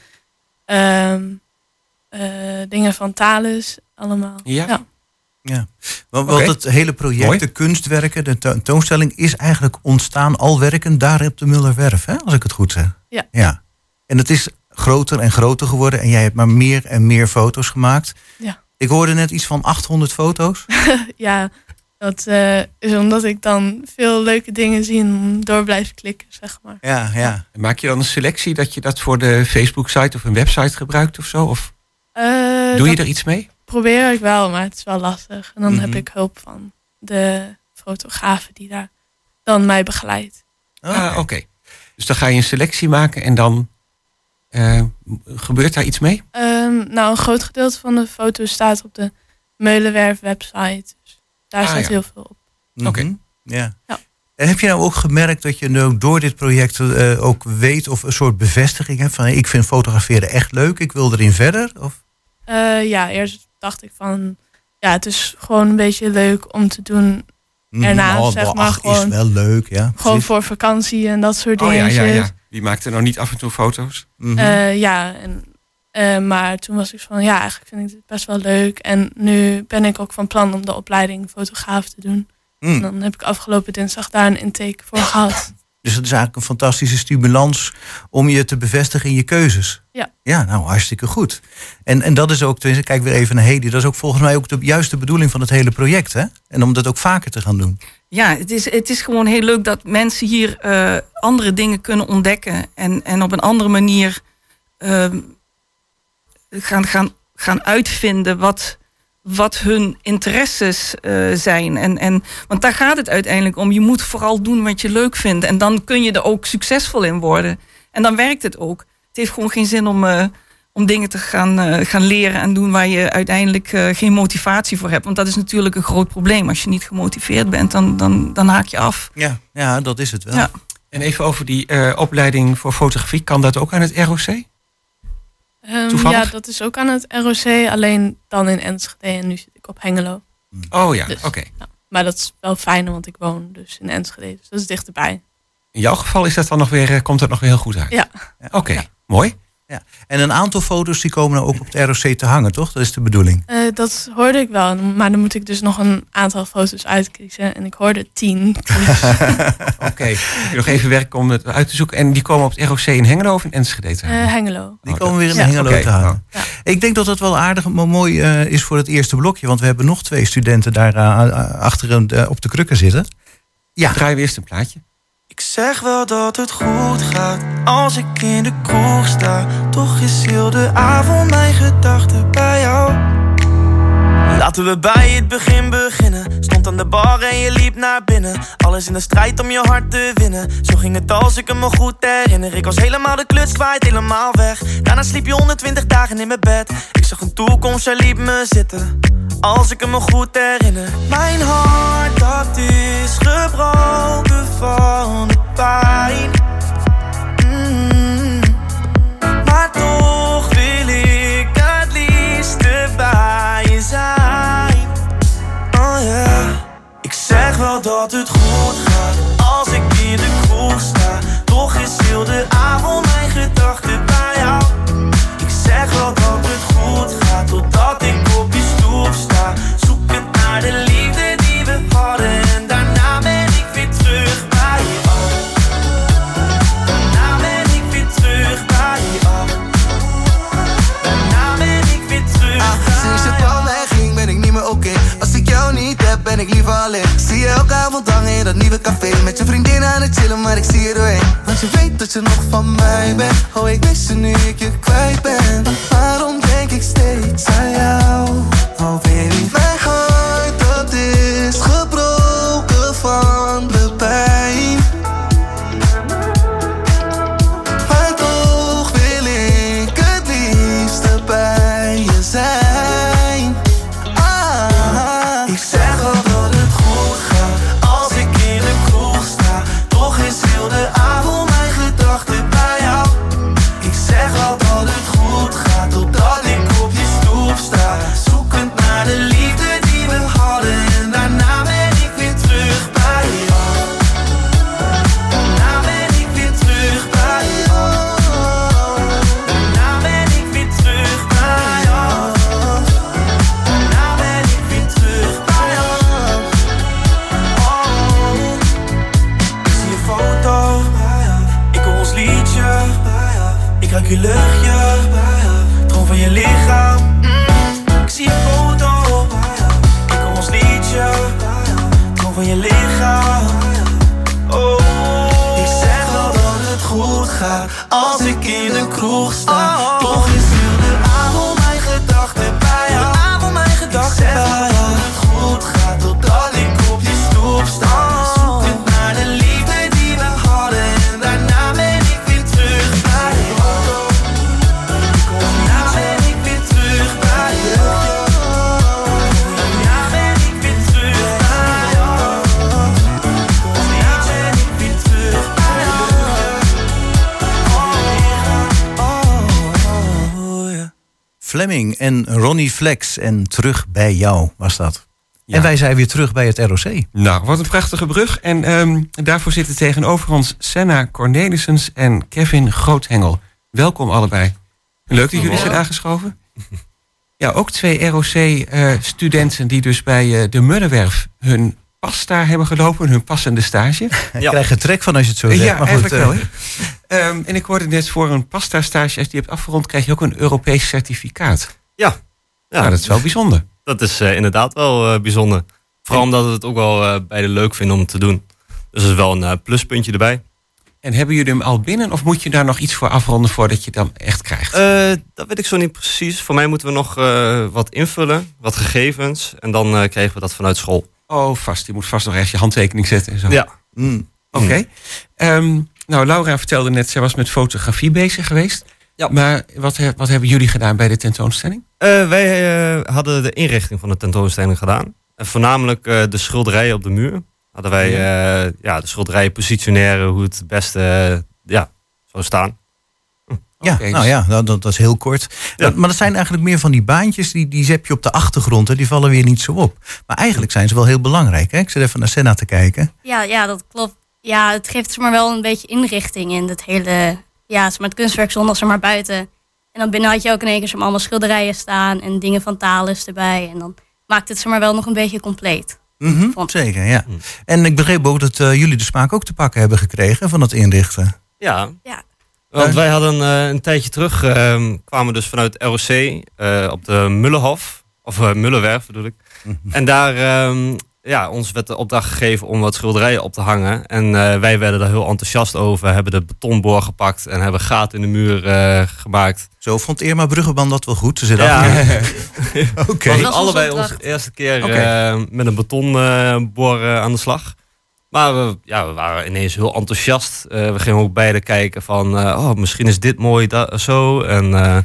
um, uh, dingen van Thales allemaal. Ja. ja. Ja, want okay. het hele project, Mooi. de kunstwerken, de tentoonstelling is eigenlijk ontstaan al werkend daar op de Mullerwerf, hè? Als ik het goed zeg. Ja. ja. En het is groter en groter geworden en jij hebt maar meer en meer foto's gemaakt. Ja. Ik hoorde net iets van achthonderd foto's. Ja, dat uh, is omdat ik dan veel leuke dingen zie en door blijf klikken, zeg maar. Ja, ja. Maak je dan een selectie dat je dat voor de Facebook-site of een website gebruikt of zo? Of uh, doe je er iets mee? Probeer ik wel, maar het is wel lastig. En dan mm-hmm. heb ik hulp van de fotografen die daar dan mij begeleidt. Ah, oké. Okay. Dus dan ga je een selectie maken en dan uh, gebeurt daar iets mee? Um, nou, een groot gedeelte van de foto's staat op de Meulenwerf website. Dus daar ah, staat ja. heel veel op. Mm-hmm. Oké. Okay. Ja. ja. En heb je nou ook gemerkt dat je nu door dit project uh, ook weet of een soort bevestiging hebt van ik vind fotograferen echt leuk, ik wil erin verder? Of? Uh, ja, eerst dacht ik van ja, het is gewoon een beetje leuk om te doen. erna, Oh, zeg ach, maar. is Gewoon, wel leuk, ja. gewoon precies. voor vakantie en dat soort Oh ja, dingetjes. ja, ja. Wie maakt er nou niet af en toe foto's? Mhm. Eh, ja, en, eh, maar toen was ik van, ja, eigenlijk vind ik dit best wel leuk. En nu ben ik ook van plan om de opleiding fotograaf te doen. Mm. En dan heb ik afgelopen dinsdag daar een intake voor gehad. Dus dat is eigenlijk een fantastische stimulans om je te bevestigen in je keuzes. Ja. Ja, nou, hartstikke goed. En, en dat is ook, tenminste, kijk weer even naar Hedy, dat is ook volgens mij ook de juiste bedoeling van het hele project, hè? En om dat ook vaker te gaan doen. Ja, het is, het is gewoon heel leuk dat mensen hier eh, andere dingen kunnen ontdekken. En, en op een andere manier eh, gaan, gaan, gaan uitvinden wat, wat hun interesses eh, zijn. En, en, want daar gaat het uiteindelijk om. Je moet vooral doen wat je leuk vindt. En dan kun je er ook succesvol in worden. En dan werkt het ook. Het heeft gewoon geen zin om, uh, om dingen te gaan, uh, gaan leren en doen waar je uiteindelijk uh, geen motivatie voor hebt. Want dat is natuurlijk een groot probleem. Als je niet gemotiveerd bent, dan, dan, dan haak je af. Ja, ja, dat is het wel. Ja. En even over die uh, opleiding voor fotografie. Kan dat ook aan het R O C? Um, Toevallig? ja, dat is ook aan het R O C, alleen dan in Enschede. En nu zit ik op Hengelo. Oh ja, Dus, oké. Okay. ja. Maar dat is wel fijn, want ik woon dus in Enschede. Dus dat is dichterbij. In jouw geval is dat dan nog weer, komt dat nog weer heel goed uit? Ja. Oké, okay, ja. mooi. Ja. En een aantal foto's die komen nou ook op het R O C te hangen, toch? Dat is de bedoeling. Uh, dat hoorde ik wel. Maar dan moet ik dus nog een aantal foto's uitkiezen. En ik hoorde tien. Dus. Oké, okay. nog even werken om het uit te zoeken. En die komen op het R O C in Hengelo of in Enschede te hangen? Uh, Hengelo. Die Oh, komen weer in ja. Hengelo okay. te hangen. Ja. Ik denk dat dat wel aardig maar mooi uh, is voor het eerste blokje. Want we hebben nog twee studenten daar uh, achter uh, op de krukken zitten. Ja. Draaien we eerst een plaatje. Ik zeg wel dat het goed gaat als ik in de kroeg sta. Toch is heel de avond mijn gedachten bij jou. Laten we bij het begin beginnen. Stond aan de bar en je liep naar binnen. Alles in de strijd om je hart te winnen. Zo ging het als ik het me goed herinner. Ik was helemaal de kluts kwijt, helemaal weg. Daarna sliep je honderdtwintig dagen in mijn bed. Ik zag een toekomst, jij liep me zitten. Als ik het me goed herinner. Mijn hart, dat is gebroken van de pijn. Mm. Maar toch wil ik het liefste bij je zijn. Oh yeah. Ik zeg wel dat het goed gaat als ik in de kroeg sta. Toch is heel de avond mijn gedachten bij jou. Ik zeg wel dat het goed gaat totdat ik op je stoep sta. Zoekend naar de liefde die we hadden. En daarna ben ik weer terug bij je af. Daarna ben ik weer terug bij je af. Daarna ben ik weer terug ah, bij je sinds je van mij ging ben ik niet meer oké. Okay. Als ik jou niet heb ben ik liever alleen. Zie je elke avond hangen in dat nieuwe café. Met je vriendin aan het chillen maar ik zie je doorheen. Want je weet dat je nog van mij bent. Oh ik mis je nu ik je kwijt ben. Waarom denk ik steeds aan jou? Oh baby, mijn hart dat is gebroken van de pijn. Maar toch wil ik het liefste bij je zijn. Ah, ik zeg wel dat het goed gaat als ik in de kroeg sta. Toch is heel de avond mijn gedachten bij jou. Ik zeg wel dat het goed gaat totdat ik op je stoep sta. Zoekend naar de liefde die we hadden. En daarna ben ik weer terug bij jou. Daarna ben ik weer terug bij jou. Daarna ben ik weer terug bij jou. Daarna ben ik weer terug bij jou. Oh, ik zie je foto, ik hoor ons liedje, ik ruik je luchtje, droom van je lichaam. Mm, ik zie je foto, ik hoor ons liedje, droom van je lichaam. Oh, ik zeg wel dat het goed gaat als ik in de kroeg sta. Oh, toch is heel de avond mijn gedachten bij jou. De avond mijn gedachten bij jou. Ik zeg wel dat het goed gaat totdat ik op je stoep sta. Zoekend naar de liefde die we hadden. En daarna ben ik weer terug bij jou. Daarna ben ik weer terug bij jou. Daarna ben ik weer terug bij jou. Daarna ben ik weer terug bij jou. Oh, oh, oh, yeah. Fleming en Ronnie Flex en Terug bij jou was dat. Ja. En wij zijn weer terug bij het R O C. Nou, wat een prachtige brug. En um, daarvoor zitten tegenover ons Senna Cornelissens en Kevin Groothengel. Welkom allebei. Leuk dat jullie zijn aangeschoven. Ja, ook twee R O C-studenten uh, die dus bij uh, de Mullenwerf hun pas daar hebben gelopen, hun passende stage. Ik krijg er trek van als je het zo zegt. Ja, maar goed, eigenlijk uh, wel. Hè? Um, en ik hoorde net voor een pasta-stage, als die je hebt afgerond, krijg je ook een Europees certificaat. Ja. ja. Nou, dat is wel bijzonder. Dat is uh, inderdaad wel uh, bijzonder. Vooral omdat we het ook wel uh, beide leuk vinden om te doen. Dus dat is wel een uh, pluspuntje erbij. En hebben jullie hem al binnen of moet je daar nog iets voor afronden voordat je het dan echt krijgt? Uh, dat weet ik zo niet precies. Voor mij moeten we nog uh, wat invullen, wat gegevens. En dan uh, krijgen we dat vanuit school. Oh, vast. Je moet vast nog ergens je handtekening zetten en zo. Ja. Mm. Oké. Okay. Um, nou, Laura vertelde net, zij was met fotografie bezig geweest. Ja. Maar wat, wat hebben jullie gedaan bij de tentoonstelling? Uh, wij uh, hadden de inrichting van de tentoonstelling gedaan. En voornamelijk uh, de schilderijen op de muur. Hadden wij uh, ja, de schilderijen positioneren, hoe het het beste uh, ja, zou staan. Ja, okay, nou dus... ja, dat, dat is heel kort. Ja. Dat, maar dat zijn eigenlijk meer van die baantjes, die, die zet je op de achtergrond. Hè, die vallen weer niet zo op. Maar eigenlijk zijn ze wel heel belangrijk. Hè? Ik zit even naar Senna te kijken. Ja, ja, dat klopt. Ja, het geeft ze maar wel een beetje inrichting in het hele... Ja, zeg maar, het kunstwerk zonder ze maar buiten. En dan binnen had je ook in één keer zeg maar, allemaal schilderijen staan en dingen van Thales erbij. En dan maakt het ze maar wel nog een beetje compleet. Mm-hmm, zeker, ja. Mm. En ik begreep ook dat uh, jullie de smaak ook te pakken hebben gekregen van het inrichten. Ja, ja. Want uh, wij hadden uh, een tijdje terug, uh, kwamen dus vanuit R O C uh, op de Mullenhof, of uh, Mullenwerf bedoel ik. Mm-hmm. En daar, um, ja, ons werd de opdracht gegeven om wat schilderijen op te hangen. En uh, wij werden daar heel enthousiast over, hebben de betonboor gepakt en hebben gaten in de muur uh, gemaakt. Zo vond Irma Bruggeman dat wel goed. Ze zit ja. Oké. Okay. We allebei onze eerste keer okay. uh, met een betonboor uh, aan de slag. Maar we, ja, we waren ineens heel enthousiast. Uh, we gingen ook beide kijken van, uh, oh, misschien is dit mooi, dat, zo. En uh, ja,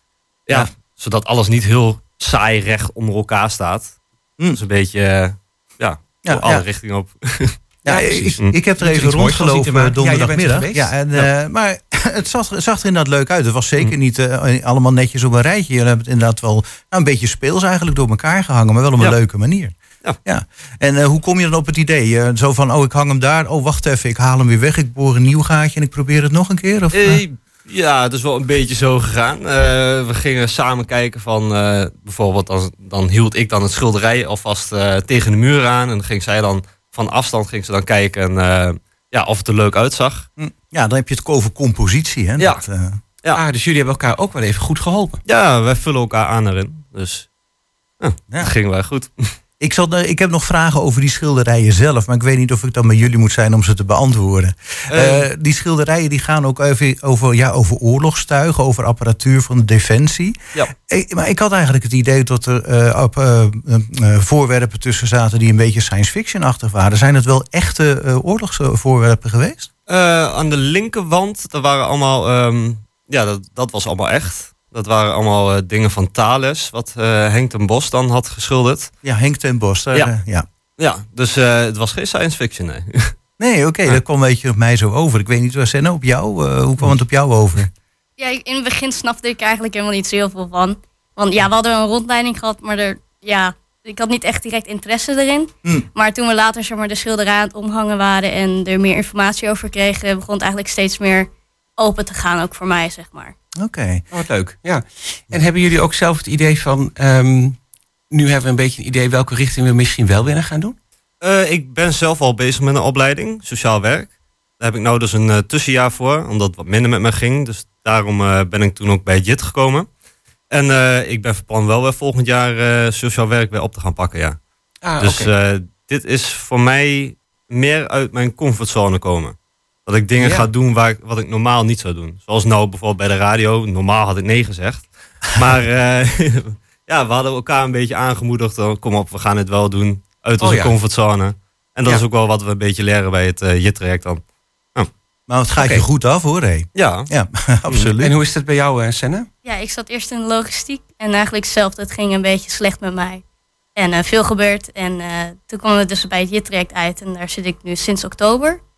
ja, zodat alles niet heel saai recht onder elkaar staat. Mm. Dus een beetje, uh, ja, ja, alle ja. richtingen op. Ja, ja ik, ik heb er even rondgelopen donderdagmiddag. Ja, ja, en, ja. Uh, maar het zag, zag er inderdaad leuk uit. Het was zeker mm. niet uh, allemaal netjes op een rijtje. Jullie hebben het inderdaad wel nou, een beetje speels eigenlijk door elkaar gehangen. Maar wel op een ja. leuke manier. Ja. Ja. En uh, hoe kom je dan op het idee? Uh, zo van, oh, ik hang hem daar. Oh, wacht even, ik haal hem weer weg. Ik boor een nieuw gaatje en ik probeer het nog een keer? Of, uh? Ja, het is wel een beetje zo gegaan. Uh, we gingen samen kijken van... Uh, bijvoorbeeld, dan, dan hield ik dan het schilderij alvast uh, tegen de muur aan. En dan ging zij dan van afstand ging ze dan kijken uh, ja, of het er leuk uitzag. Ja, dan heb je het over compositie. Hè? Ja. Dat, uh... ja. Ah, dus jullie hebben elkaar ook wel even goed geholpen. Ja, wij vullen elkaar aan erin. Dus uh, ja. dat ging wel goed. Ik, zal, ik heb nog vragen over die schilderijen zelf, maar ik weet niet of ik dan met jullie moet zijn om ze te beantwoorden. Uh, uh, die schilderijen die gaan ook over, over, ja, over oorlogstuigen, over apparatuur van de defensie. Ja. Ik, maar ik had eigenlijk het idee dat er uh, op, uh, uh, voorwerpen tussen zaten die een beetje science fiction-achtig waren. Zijn het wel echte uh, oorlogsvoorwerpen geweest? Uh, aan de linkerwand, dat waren allemaal, um, ja, dat, dat was allemaal echt. Dat waren allemaal uh, dingen van Thales, wat uh, Henk ten Bos dan had geschilderd. Ja, Henk ten Bos. Daar, ja. Uh, ja. ja, dus uh, het was geen science fiction, nee. Nee, oké, okay, ja. dat kwam een beetje op mij zo over. Ik weet niet, waar Senna, op jou, uh, hoe kwam het op jou over? Ja, in het begin snapte ik eigenlijk helemaal niet zo heel veel van. Want ja, we hadden een rondleiding gehad, maar er, ja, ik had niet echt direct interesse erin. Mm. Maar toen we later zeg maar, de schilderijen aan het omhangen waren en er meer informatie over kregen, begon het eigenlijk steeds meer open te gaan, ook voor mij, zeg maar. Oké. Okay. Oh, wat leuk. Ja. En hebben jullie ook zelf het idee van... Um, nu hebben we een beetje een idee welke richting we misschien wel willen gaan doen? Uh, ik ben zelf al bezig met een opleiding, sociaal werk. Daar heb ik nou dus een uh, tussenjaar voor, omdat het wat minder met me ging. Dus daarom uh, ben ik toen ook bij J I T gekomen. En uh, ik ben van plan wel weer volgend jaar uh, sociaal werk weer op te gaan pakken, ja. Ah, dus okay. uh, dit is voor mij meer uit mijn comfortzone komen. Dat ik dingen ja. ga doen waar ik, wat ik normaal niet zou doen. Zoals nou bijvoorbeeld bij de radio. Normaal had ik nee gezegd. Maar uh, ja, we hadden elkaar een beetje aangemoedigd. Oh, kom op, we gaan het wel doen. Uit onze oh, ja. comfortzone. En dat ja. is ook wel wat we een beetje leren bij het uh, J I T-traject dan. Oh. Maar het gaat okay. je goed af hoor, hé. Ja. Ja, absoluut. En hoe is dat bij jou, uh, Senna? Ja, ik zat eerst in de logistiek. En eigenlijk zelf, het ging een beetje slecht met mij. En uh, veel gebeurd. En uh, toen kwam het dus bij het J I T-traject uit. En daar zit ik nu sinds oktober.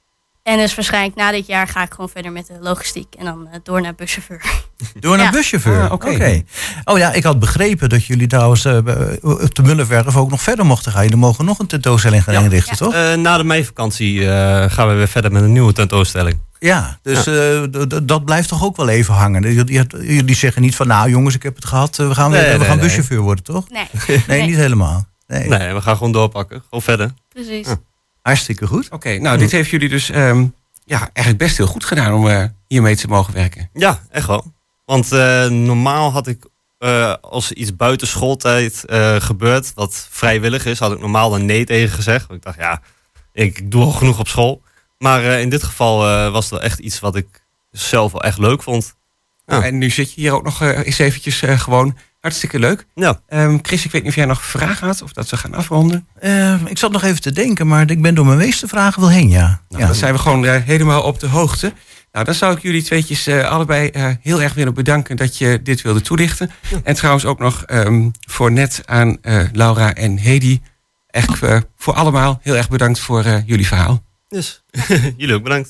En dus waarschijnlijk na dit jaar ga ik gewoon verder met de logistiek. En dan uh, door naar buschauffeur. Door naar Ja. buschauffeur? Ah, Oké. oké. Oh ja, ik had begrepen dat jullie trouwens uh, op de Mullenwerf ook nog verder mochten gaan. Jullie mogen nog een tentoonstelling gaan Ja. inrichten, Ja. toch? Eh, na de meivakantie uh, gaan we weer verder met een nieuwe tentoonstelling. Ja, dus uh, d- d- dat blijft toch ook wel even hangen. Jullie, jullie zeggen niet van, nou jongens, ik heb het gehad. uh, We gaan, weer, Nee, we nee, gaan nee. buschauffeur worden, toch? Nee, Nee, Nee. niet helemaal. Nee. Nee, we gaan gewoon doorpakken. Gewoon verder. precies. Ja. Hartstikke goed. Oké, nou, dit heeft jullie dus um, ja, eigenlijk best heel goed gedaan om uh, hiermee te mogen werken. Ja, echt wel. Want uh, normaal had ik, uh, als er iets buiten schooltijd uh, gebeurt, wat vrijwillig is, had ik normaal dan nee tegen gezegd. Want ik dacht, ja, ik, ik doe al genoeg op school. Maar uh, in dit geval uh, was het wel echt iets wat ik zelf wel echt leuk vond. Ja. En nu zit je hier ook nog uh, eens eventjes uh, gewoon. Hartstikke leuk. Ja. Um, Chris, ik weet niet of jij nog vragen had of dat we gaan afronden. Uh, ik zat nog even te denken, maar ik ben door mijn meeste vragen wel heen, ja. Nou, ja. dan zijn we gewoon uh, helemaal op de hoogte. Nou, dan zou ik jullie tweetjes uh, allebei uh, heel erg willen bedanken dat je dit wilde toelichten. Ja. En trouwens ook nog um, voor net aan uh, Laura en Hedy. Echt uh, voor allemaal heel erg bedankt voor uh, jullie verhaal. Dus, jullie ook bedankt.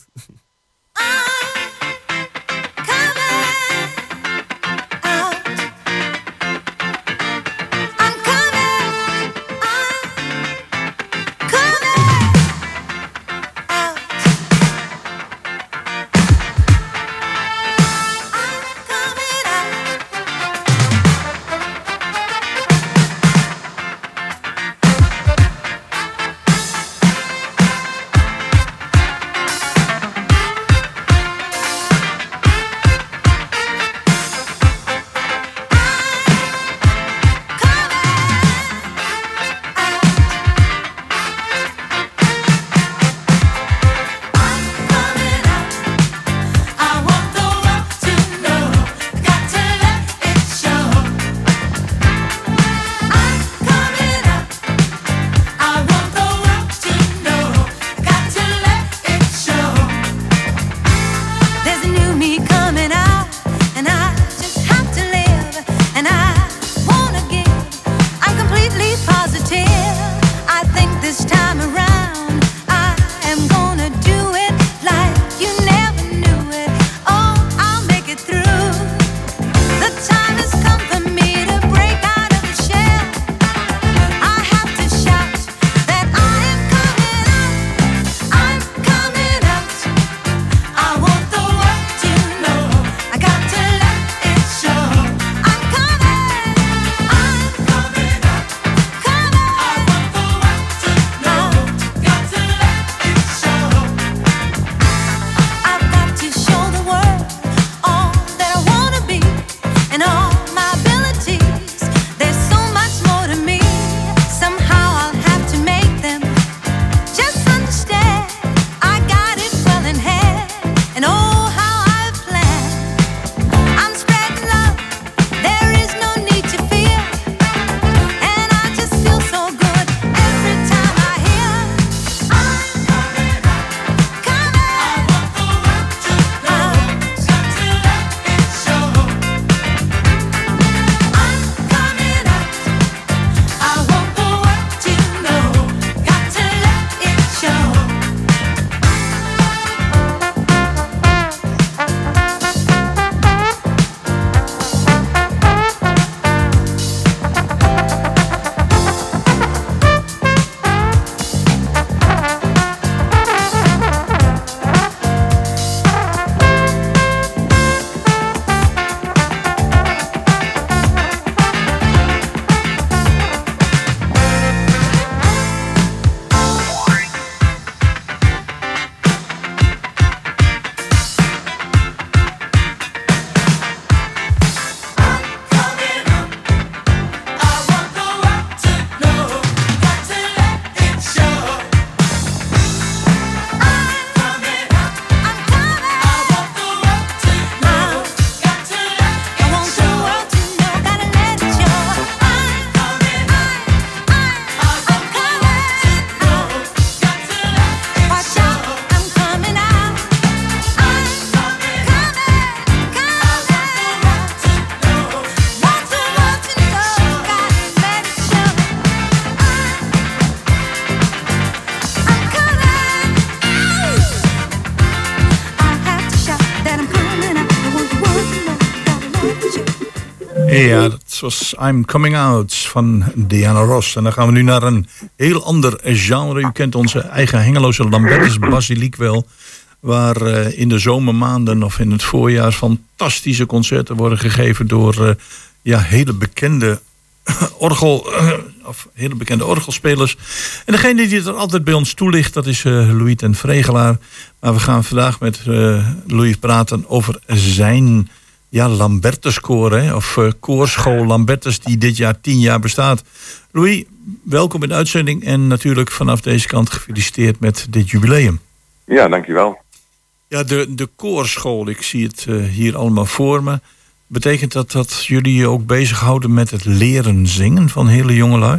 Ja, dat was I'm Coming Out van Diana Ross. En dan gaan we nu naar een heel ander genre. U kent onze eigen Hengeloze Lambertus Basiliek wel. Waar uh, in de zomermaanden of in het voorjaar fantastische concerten worden gegeven door uh, ja, hele bekende orgel, uh, of hele bekende orgelspelers. En degene die er altijd bij ons toelicht, dat is uh, Louis ten Vregelaar. Maar we gaan vandaag met uh, Louis praten over zijn ja, Lambertuskoor, hè, of uh, koorschool Lambertus, die dit jaar tien jaar bestaat. Louis, welkom in de uitzending en natuurlijk vanaf deze kant gefeliciteerd met dit jubileum. Ja, dankjewel. Ja, de, de koorschool, ik zie het uh, hier allemaal voor me. Betekent dat dat jullie je ook bezighouden met het leren zingen van hele jongelui?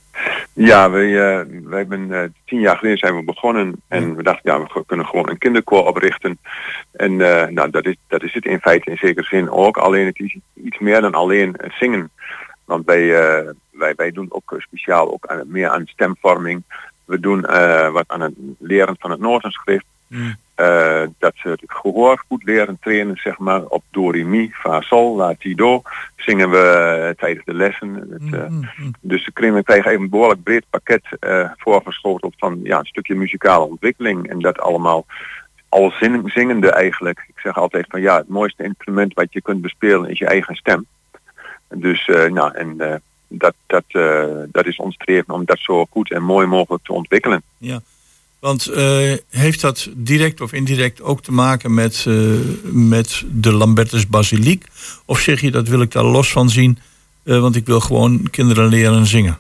Ja, wij, uh, wij hebben uh, tien jaar geleden zijn we begonnen en we dachten, ja, we kunnen gewoon een kinderkoor oprichten. En uh, nou, dat is, dat is het in feite in zekere zin ook. Alleen het is iets meer dan alleen het zingen. Want wij, uh, wij, wij doen ook speciaal ook aan, meer aan stemvorming. We doen uh, wat aan het leren van het notenschrift. Mm. Uh, dat ze het gehoor goed leren trainen, zeg maar, op do, re, mi, fa, sol, la, ti, do. Zingen we uh, tijdens de lessen. Het, uh, mm-hmm. Dus ze krijgen even een behoorlijk breed pakket uh, voorgeschoteld van ja, een stukje muzikale ontwikkeling. En dat allemaal al zin, zingende eigenlijk. Ik zeg altijd van ja, het mooiste instrument wat je kunt bespelen is je eigen stem. Dus uh, nou, en uh, dat, dat, uh, dat is ons streven om dat zo goed en mooi mogelijk te ontwikkelen. Ja. Want uh, heeft dat direct of indirect ook te maken met, uh, met de Lambertus Basiliek? Of zeg je, dat wil ik daar los van zien, uh, want ik wil gewoon kinderen leren zingen?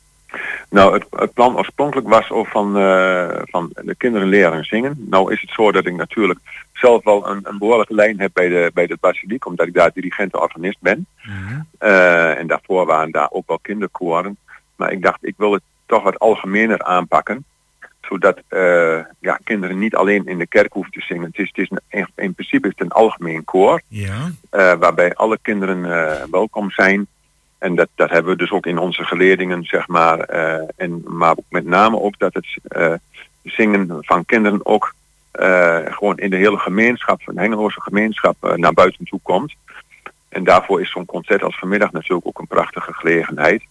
Nou, het, het plan oorspronkelijk was ook van, uh, van de kinderen leren zingen. Nou is het zo dat ik natuurlijk zelf wel een, een behoorlijke lijn heb bij de, bij de Basiliek, omdat ik daar dirigent en organist ben. Mm-hmm. Uh, en daarvoor waren daar ook wel kinderkoren. Maar ik dacht, ik wil het toch wat algemener aanpakken. Zodat uh, ja, kinderen niet alleen in de kerk hoeven te zingen. Het is, het is een, in principe is het een algemeen koor. Ja. Uh, waarbij alle kinderen uh, welkom zijn. En dat, dat hebben we dus ook in onze geleerdingen, zeg maar. Uh, en, maar ook met name ook dat het uh, zingen van kinderen ook uh, gewoon in de hele gemeenschap, van de Hengeloze gemeenschap, uh, naar buiten toe komt. En daarvoor is zo'n concert als vanmiddag natuurlijk ook een prachtige gelegenheid.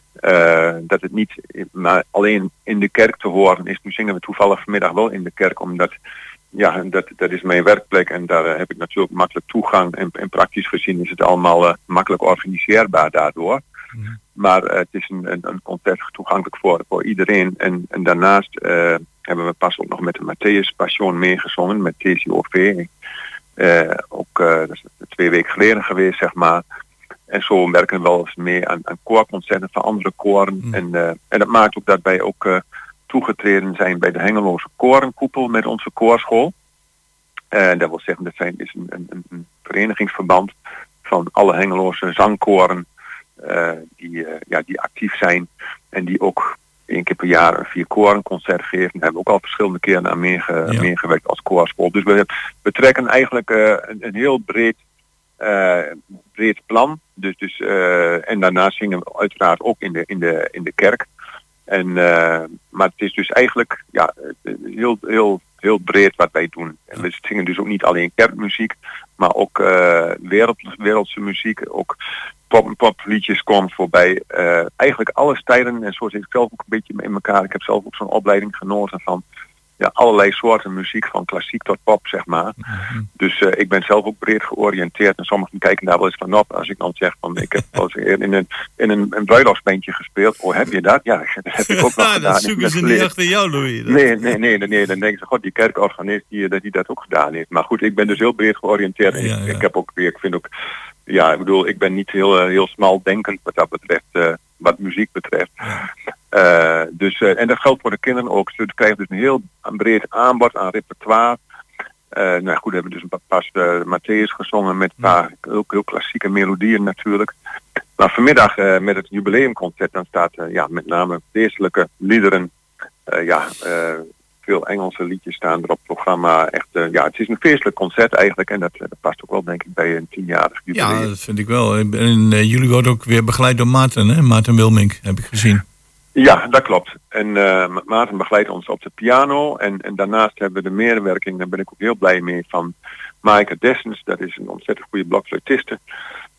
Uh, dat het niet maar alleen in de kerk te horen is. Nu zingen we toevallig vanmiddag wel in de kerk, omdat ja, dat, dat is mijn werkplek en daar uh, heb ik natuurlijk makkelijk toegang. En, en praktisch gezien is het allemaal uh, makkelijk organiseerbaar daardoor. Mm. Maar uh, het is een, een, een concert toegankelijk voor, voor iedereen. En, en daarnaast uh, hebben we pas ook nog met de Matthäus Passion meegezongen, met T C O V. Uh, ook uh, dat is twee weken geleden geweest, zeg maar. En zo werken we wel eens mee aan, aan koorconcerten van andere koren. Mm. En, uh, en dat maakt ook dat wij ook uh, toegetreden zijn bij de Hengeloze Korenkoepel met onze koorschool. Uh, dat wil zeggen, dat zijn, is een, een, een verenigingsverband van alle Hengeloze zangkoren uh, die, uh, ja, die actief zijn. En die ook één keer per jaar een vier korenconcert geven. Daar hebben we ook al verschillende keren aan meege, ja. meegewerkt als koorschool. Dus we betrekken eigenlijk uh, een, een heel breed Uh, breed plan. Dus, dus, uh, en daarnaast zingen we uiteraard ook in de, in de, in de kerk. En, uh, maar het is dus eigenlijk ja, heel, heel, heel breed wat wij doen. En we zingen dus ook niet alleen kerkmuziek, maar ook uh, wereld, wereldse muziek. Ook pop, popliedjes komen voorbij. Uh, eigenlijk alle stijlen. En zo zit ik zelf ook een beetje in elkaar. Ik heb zelf ook zo'n opleiding genoten van ja, allerlei soorten muziek, van klassiek tot pop, zeg maar. Mm-hmm. Dus uh, ik ben zelf ook breed georiënteerd. En sommigen kijken daar wel eens van op. Als ik dan zeg van, ik heb wel eens in een, in een, een bruiloftsbandje gespeeld. Oh, heb je dat? Ja, dat heb ik ook nog gedaan. Dat zoeken ze niet achter jou, Louis. Nee, nee, nee, nee, nee. Dan denken ze, god, die kerkorganist, die, die dat ook gedaan heeft. Maar goed, ik ben dus heel breed georiënteerd. En ja, ik, ja. ik heb ook weer, ik vind ook, ja, ik bedoel, ik ben niet heel, heel smal denkend wat dat betreft, uh, wat muziek betreft. Ja. Uh, dus, uh, en dat geldt voor de kinderen ook. Ze krijgen dus een heel een breed aanbod aan repertoire. Uh, nou goed, we hebben dus een pas uh, Matthäus gezongen met een paar heel, heel klassieke melodieën natuurlijk. Maar vanmiddag uh, met het jubileumconcert, dan staat uh, ja, met name feestelijke liederen. Uh, ja, uh, veel Engelse liedjes staan er op het programma. Echt, uh, ja, het is een feestelijk concert eigenlijk. En dat, dat past ook wel denk ik bij een tienjarig jubileum. Ja, dat vind ik wel. En uh, jullie worden ook weer begeleid door Maarten, hè? Maarten Wilmink, heb ik gezien. Ja, dat klopt. En uh, Maarten begeleidt ons op de piano. En, en daarnaast hebben we de medewerking, daar ben ik ook heel blij mee, van Maaike Dessens. Dat is een ontzettend goede blokfluitiste.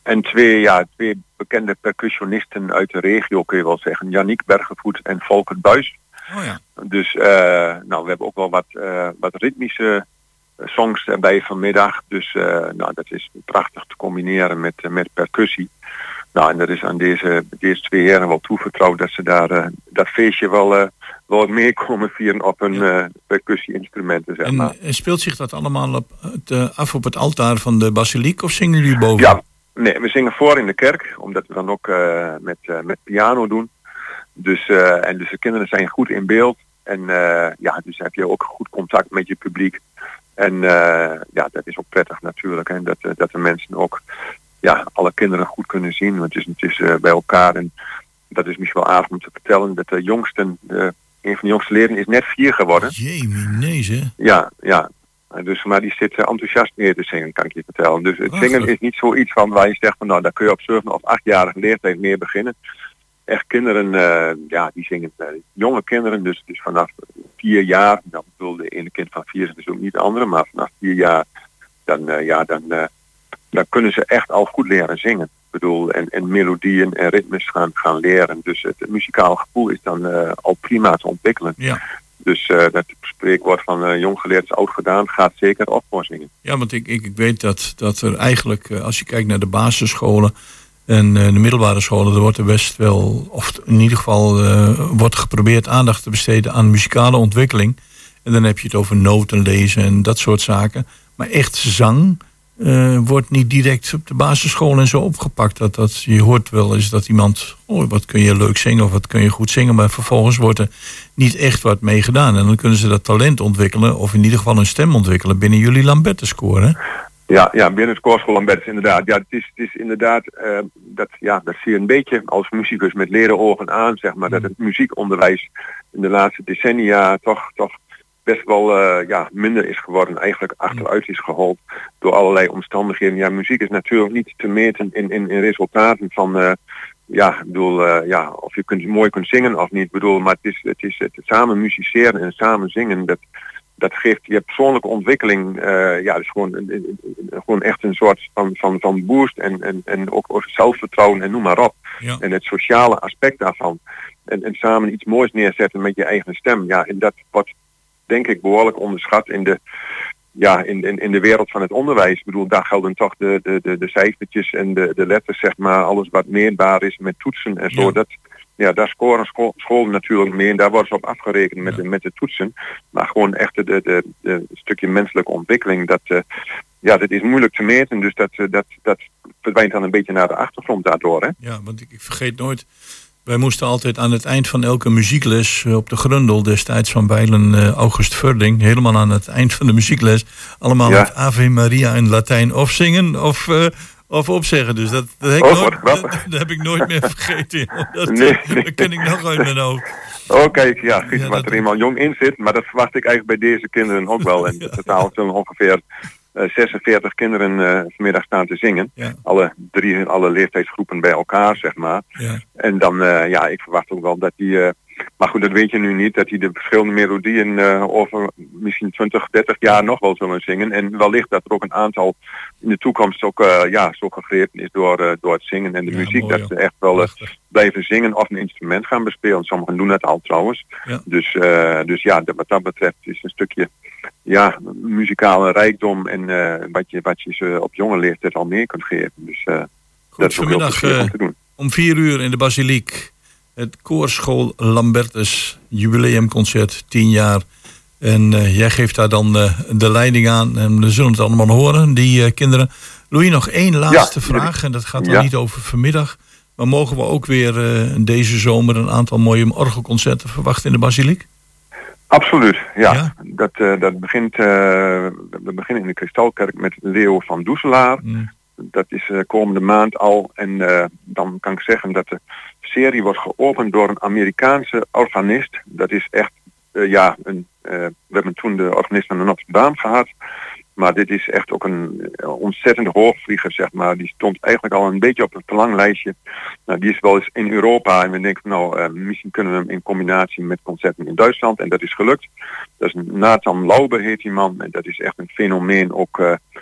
En twee, ja, twee bekende percussionisten uit de regio, kun je wel zeggen. Yannick Bergevoet en Volker Buis. Oh ja. Dus uh, nou, we hebben ook wel wat, uh, wat ritmische songs erbij vanmiddag. Dus uh, nou, dat is prachtig te combineren met, uh, met percussie. Nou, en dat is aan deze, deze twee heren wel toevertrouwd dat ze daar uh, dat feestje wel, uh, wel mee komen vieren op hun uh, percussie-instrumenten, zeg maar. En speelt zich dat allemaal op het, uh, af op het altaar van de basiliek of zingen jullie boven? Ja, nee, we zingen voor in de kerk, omdat we dan ook uh, met, uh, met piano doen. Dus, uh, en dus de kinderen zijn goed in beeld. En uh, ja, dus heb je ook goed contact met je publiek. En uh, ja, dat is ook prettig natuurlijk. Hè, dat, uh, dat de mensen ook ja, alle kinderen goed kunnen zien. Want het is, het is uh, bij elkaar. En dat is misschien wel aardig om te vertellen. Dat de jongsten, uh, een van de jongste leerlingen is net vier geworden. Jee, hè? Ja, ja. Dus, maar die zit uh, enthousiast meer te zingen, kan ik je vertellen. Dus het zingen is niet zoiets van waar je zegt van nou, daar kun je op zeven of achtjarige leeftijd mee beginnen. Echt kinderen, uh, ja, die zingen, uh, jonge kinderen, dus, dus vanaf vier jaar, dan bedoel de ene kind van vier is dus ook niet de andere, maar vanaf vier jaar, dan, uh, ja, dan, uh, dan kunnen ze echt al goed leren zingen. Ik bedoel, en, en melodieën en ritmes gaan, gaan leren. Dus het, het muzikale gevoel is dan uh, al prima te ontwikkelen. Ja. Dus uh, dat spreekwoord van uh, jong geleerd is oud gedaan gaat zeker op voor zingen. Ja, want ik, ik, ik weet dat, dat er eigenlijk, uh, als je kijkt naar de basisscholen en uh, de middelbare scholen, er wordt er best wel, of in ieder geval uh, wordt geprobeerd aandacht te besteden aan muzikale ontwikkeling. En dan heb je het over noten lezen en dat soort zaken. Maar echt zang uh, wordt niet direct op de basisschool en zo opgepakt. Dat, dat, je hoort wel eens dat iemand, oh, wat kun je leuk zingen of wat kun je goed zingen. Maar vervolgens wordt er niet echt wat mee gedaan. En dan kunnen ze dat talent ontwikkelen, of in ieder geval een stem ontwikkelen binnen jullie Lambertus-koor, hè? Ja, ja, binnen het koorschool Lambertus inderdaad. Ja, het is, het is inderdaad, uh, dat, ja, dat zie je een beetje als muzikus met leren ogen aan, zeg maar. Dat het muziekonderwijs in de laatste decennia toch, toch best wel uh, ja, minder is geworden. Eigenlijk achteruit is gehold door allerlei omstandigheden. Ja, muziek is natuurlijk niet te meten in, in, in resultaten van, uh, ja, ik bedoel, uh, ja, of je kunt, mooi kunt zingen of niet. Ik bedoel, maar het is, het is het samen musiceren en samen zingen, dat... Dat geeft je persoonlijke ontwikkeling, uh, ja, dus gewoon, een, een, een, gewoon echt een soort van, van, van boost en, en, en ook, ook zelfvertrouwen en noem maar op. Ja. En het sociale aspect daarvan. En, en samen iets moois neerzetten met je eigen stem. Ja, en dat wordt denk ik behoorlijk onderschat in de, ja, in, in, in de wereld van het onderwijs. Ik bedoel, daar gelden toch de, de, de, de cijfertjes en de, de letters, zeg maar, alles wat meetbaar is met toetsen en zo. Ja. Dat, Ja, daar scoren school, scholen natuurlijk mee en daar worden ze op afgerekend met, Ja. de, met de toetsen. Maar gewoon echt de, de, de, de stukje menselijke ontwikkeling, dat, uh, ja, dat is moeilijk te meten. Dus dat, uh, dat, dat verdwijnt dan een beetje naar de achtergrond daardoor. Hè? Ja, want ik, ik vergeet nooit, wij moesten altijd aan het eind van elke muziekles uh, op de Grundel, destijds van Bijlen uh, August Vurding, helemaal aan het eind van de muziekles, allemaal Ja. met Ave Maria in Latijn of zingen of... Uh, Of opzeggen, dus dat, dat, heb ik Oh, nooit, wat grappig. dat, dat heb ik nooit meer vergeten. Dat, Nee, nee. dat ken ik nog uit mijn hoofd. Oh kijk, ja, giet Ja, wat dat- er eenmaal jong in zit. Maar dat verwacht ik eigenlijk bij deze kinderen ook wel. En in totaal zullen ongeveer uh, zesenveertig kinderen uh, vanmiddag staan te zingen. Ja. Alle drie, alle leeftijdsgroepen bij elkaar, zeg maar. Ja. En dan, uh, ja, ik verwacht ook wel dat die... Uh, maar goed, dat weet je nu niet. Dat die de verschillende melodieën uh, over misschien twintig, dertig jaar nog wel zullen zingen. En wellicht dat er ook een aantal in de toekomst ook uh, ja, zo gegrepen is door, uh, door het zingen en de Ja, muziek. mooi, dat ja. ze echt wel uh, Prachtig. blijven zingen of een instrument gaan bespelen. Sommigen doen dat al trouwens. Ja. Dus, uh, dus ja, dat- wat dat betreft is een stukje ja, muzikale rijkdom en uh, wat, je, wat je ze op jonge leeftijd al meer kunt geven. Dus uh, dat is ook heel vanmiddag, plezierig uh, om te doen. Om vier uur in de Basiliek. Het Koorschool Lambertus jubileumconcert, tien jaar. En uh, jij geeft daar dan uh, de leiding aan. En we zullen het allemaal horen, die uh, kinderen. Louis, nog één laatste Ja, vraag. En dat gaat dan ja. niet over vanmiddag. Maar mogen we ook weer uh, deze zomer een aantal mooie orgelconcerten verwachten in de Basiliek? Absoluut, ja. Ja? Dat, uh, dat begint, uh, we beginnen in de Kristalkerk met Leo van Doeselaar. Mm. Dat is uh, komende maand al. En uh, dan kan ik zeggen dat de serie wordt geopend door een Amerikaanse organist. Dat is echt, uh, ja, een, uh, we hebben toen de organist van de Notre Dame gehad. Maar dit is echt ook een uh, ontzettende hoogvlieger, zeg maar. Die stond eigenlijk al een beetje op het verlanglijstje. Nou, die is wel eens in Europa en we denken, nou, uh, misschien kunnen we hem in combinatie met concerten in Duitsland. En dat is gelukt. Dat is Nathan Laube heet die man. En dat is echt een fenomeen ook... Uh,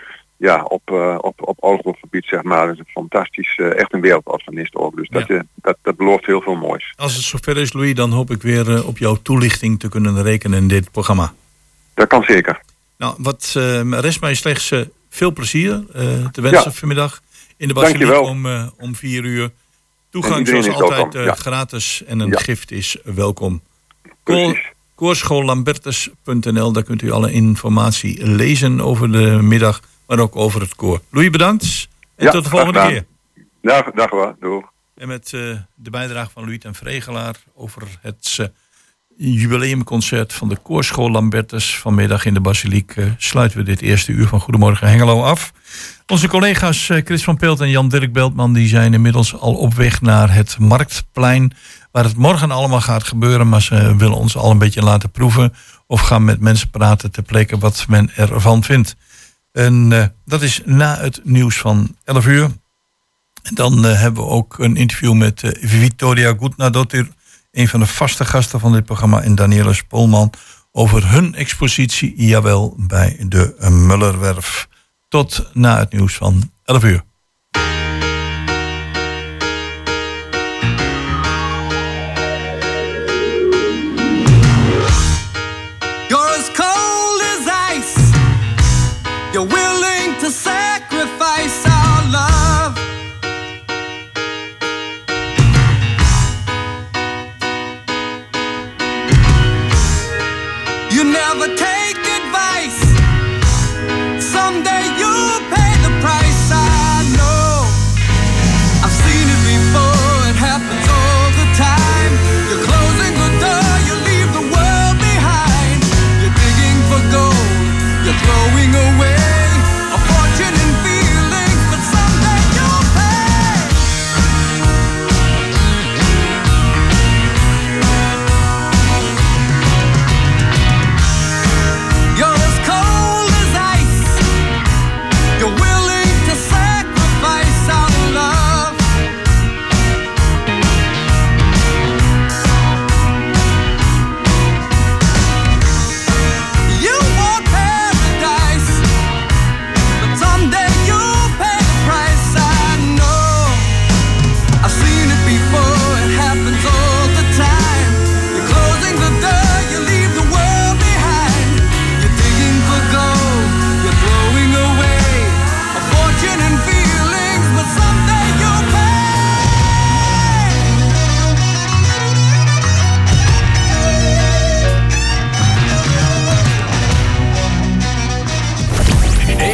ja, op, uh, op, op orgelgebied, zeg maar, is het fantastisch. Uh, echt een wereldorganist ook. Dus dat, Ja. uh, dat, dat belooft heel veel moois. Als het zover is, Louis, dan hoop ik weer uh, op jouw toelichting te kunnen rekenen in dit programma. Dat kan zeker. Nou, wat uh, rest mij slechts uh, veel plezier uh, te wensen Ja. vanmiddag in de basiliek Dankjewel. om, uh, om vier uur. En Toegang iedereen zoals is altijd welkom, uh, ja. gratis en een Ja. gift is welkom. Precies. Koorschool lambertus punt n l, daar kunt u alle informatie lezen over de middag, maar ook over het koor. Louis, bedankt en Ja, tot de volgende graag keer. Dag, dag wel. Doeg. En met uh, de bijdrage van Louis ten Vregelaar over het uh, jubileumconcert van de Koorschool Lambertus vanmiddag in de basiliek uh, sluiten we dit eerste uur van Goedemorgen Hengelo af. Onze collega's uh, Chris van Peelt en Jan-Dirk Beltman die zijn inmiddels al op weg naar het Marktplein, waar het morgen allemaal gaat gebeuren, maar ze willen ons al een beetje laten proeven of gaan met mensen praten ter plekke wat men ervan vindt. En uh, dat is na het nieuws van elf uur. En dan uh, hebben we ook een interview met uh, Victoria Gutnadottir, een van de vaste gasten van dit programma, en Daniela Spolman over hun expositie, jawel, bij de Mullerwerf. Tot na het nieuws van elf uur.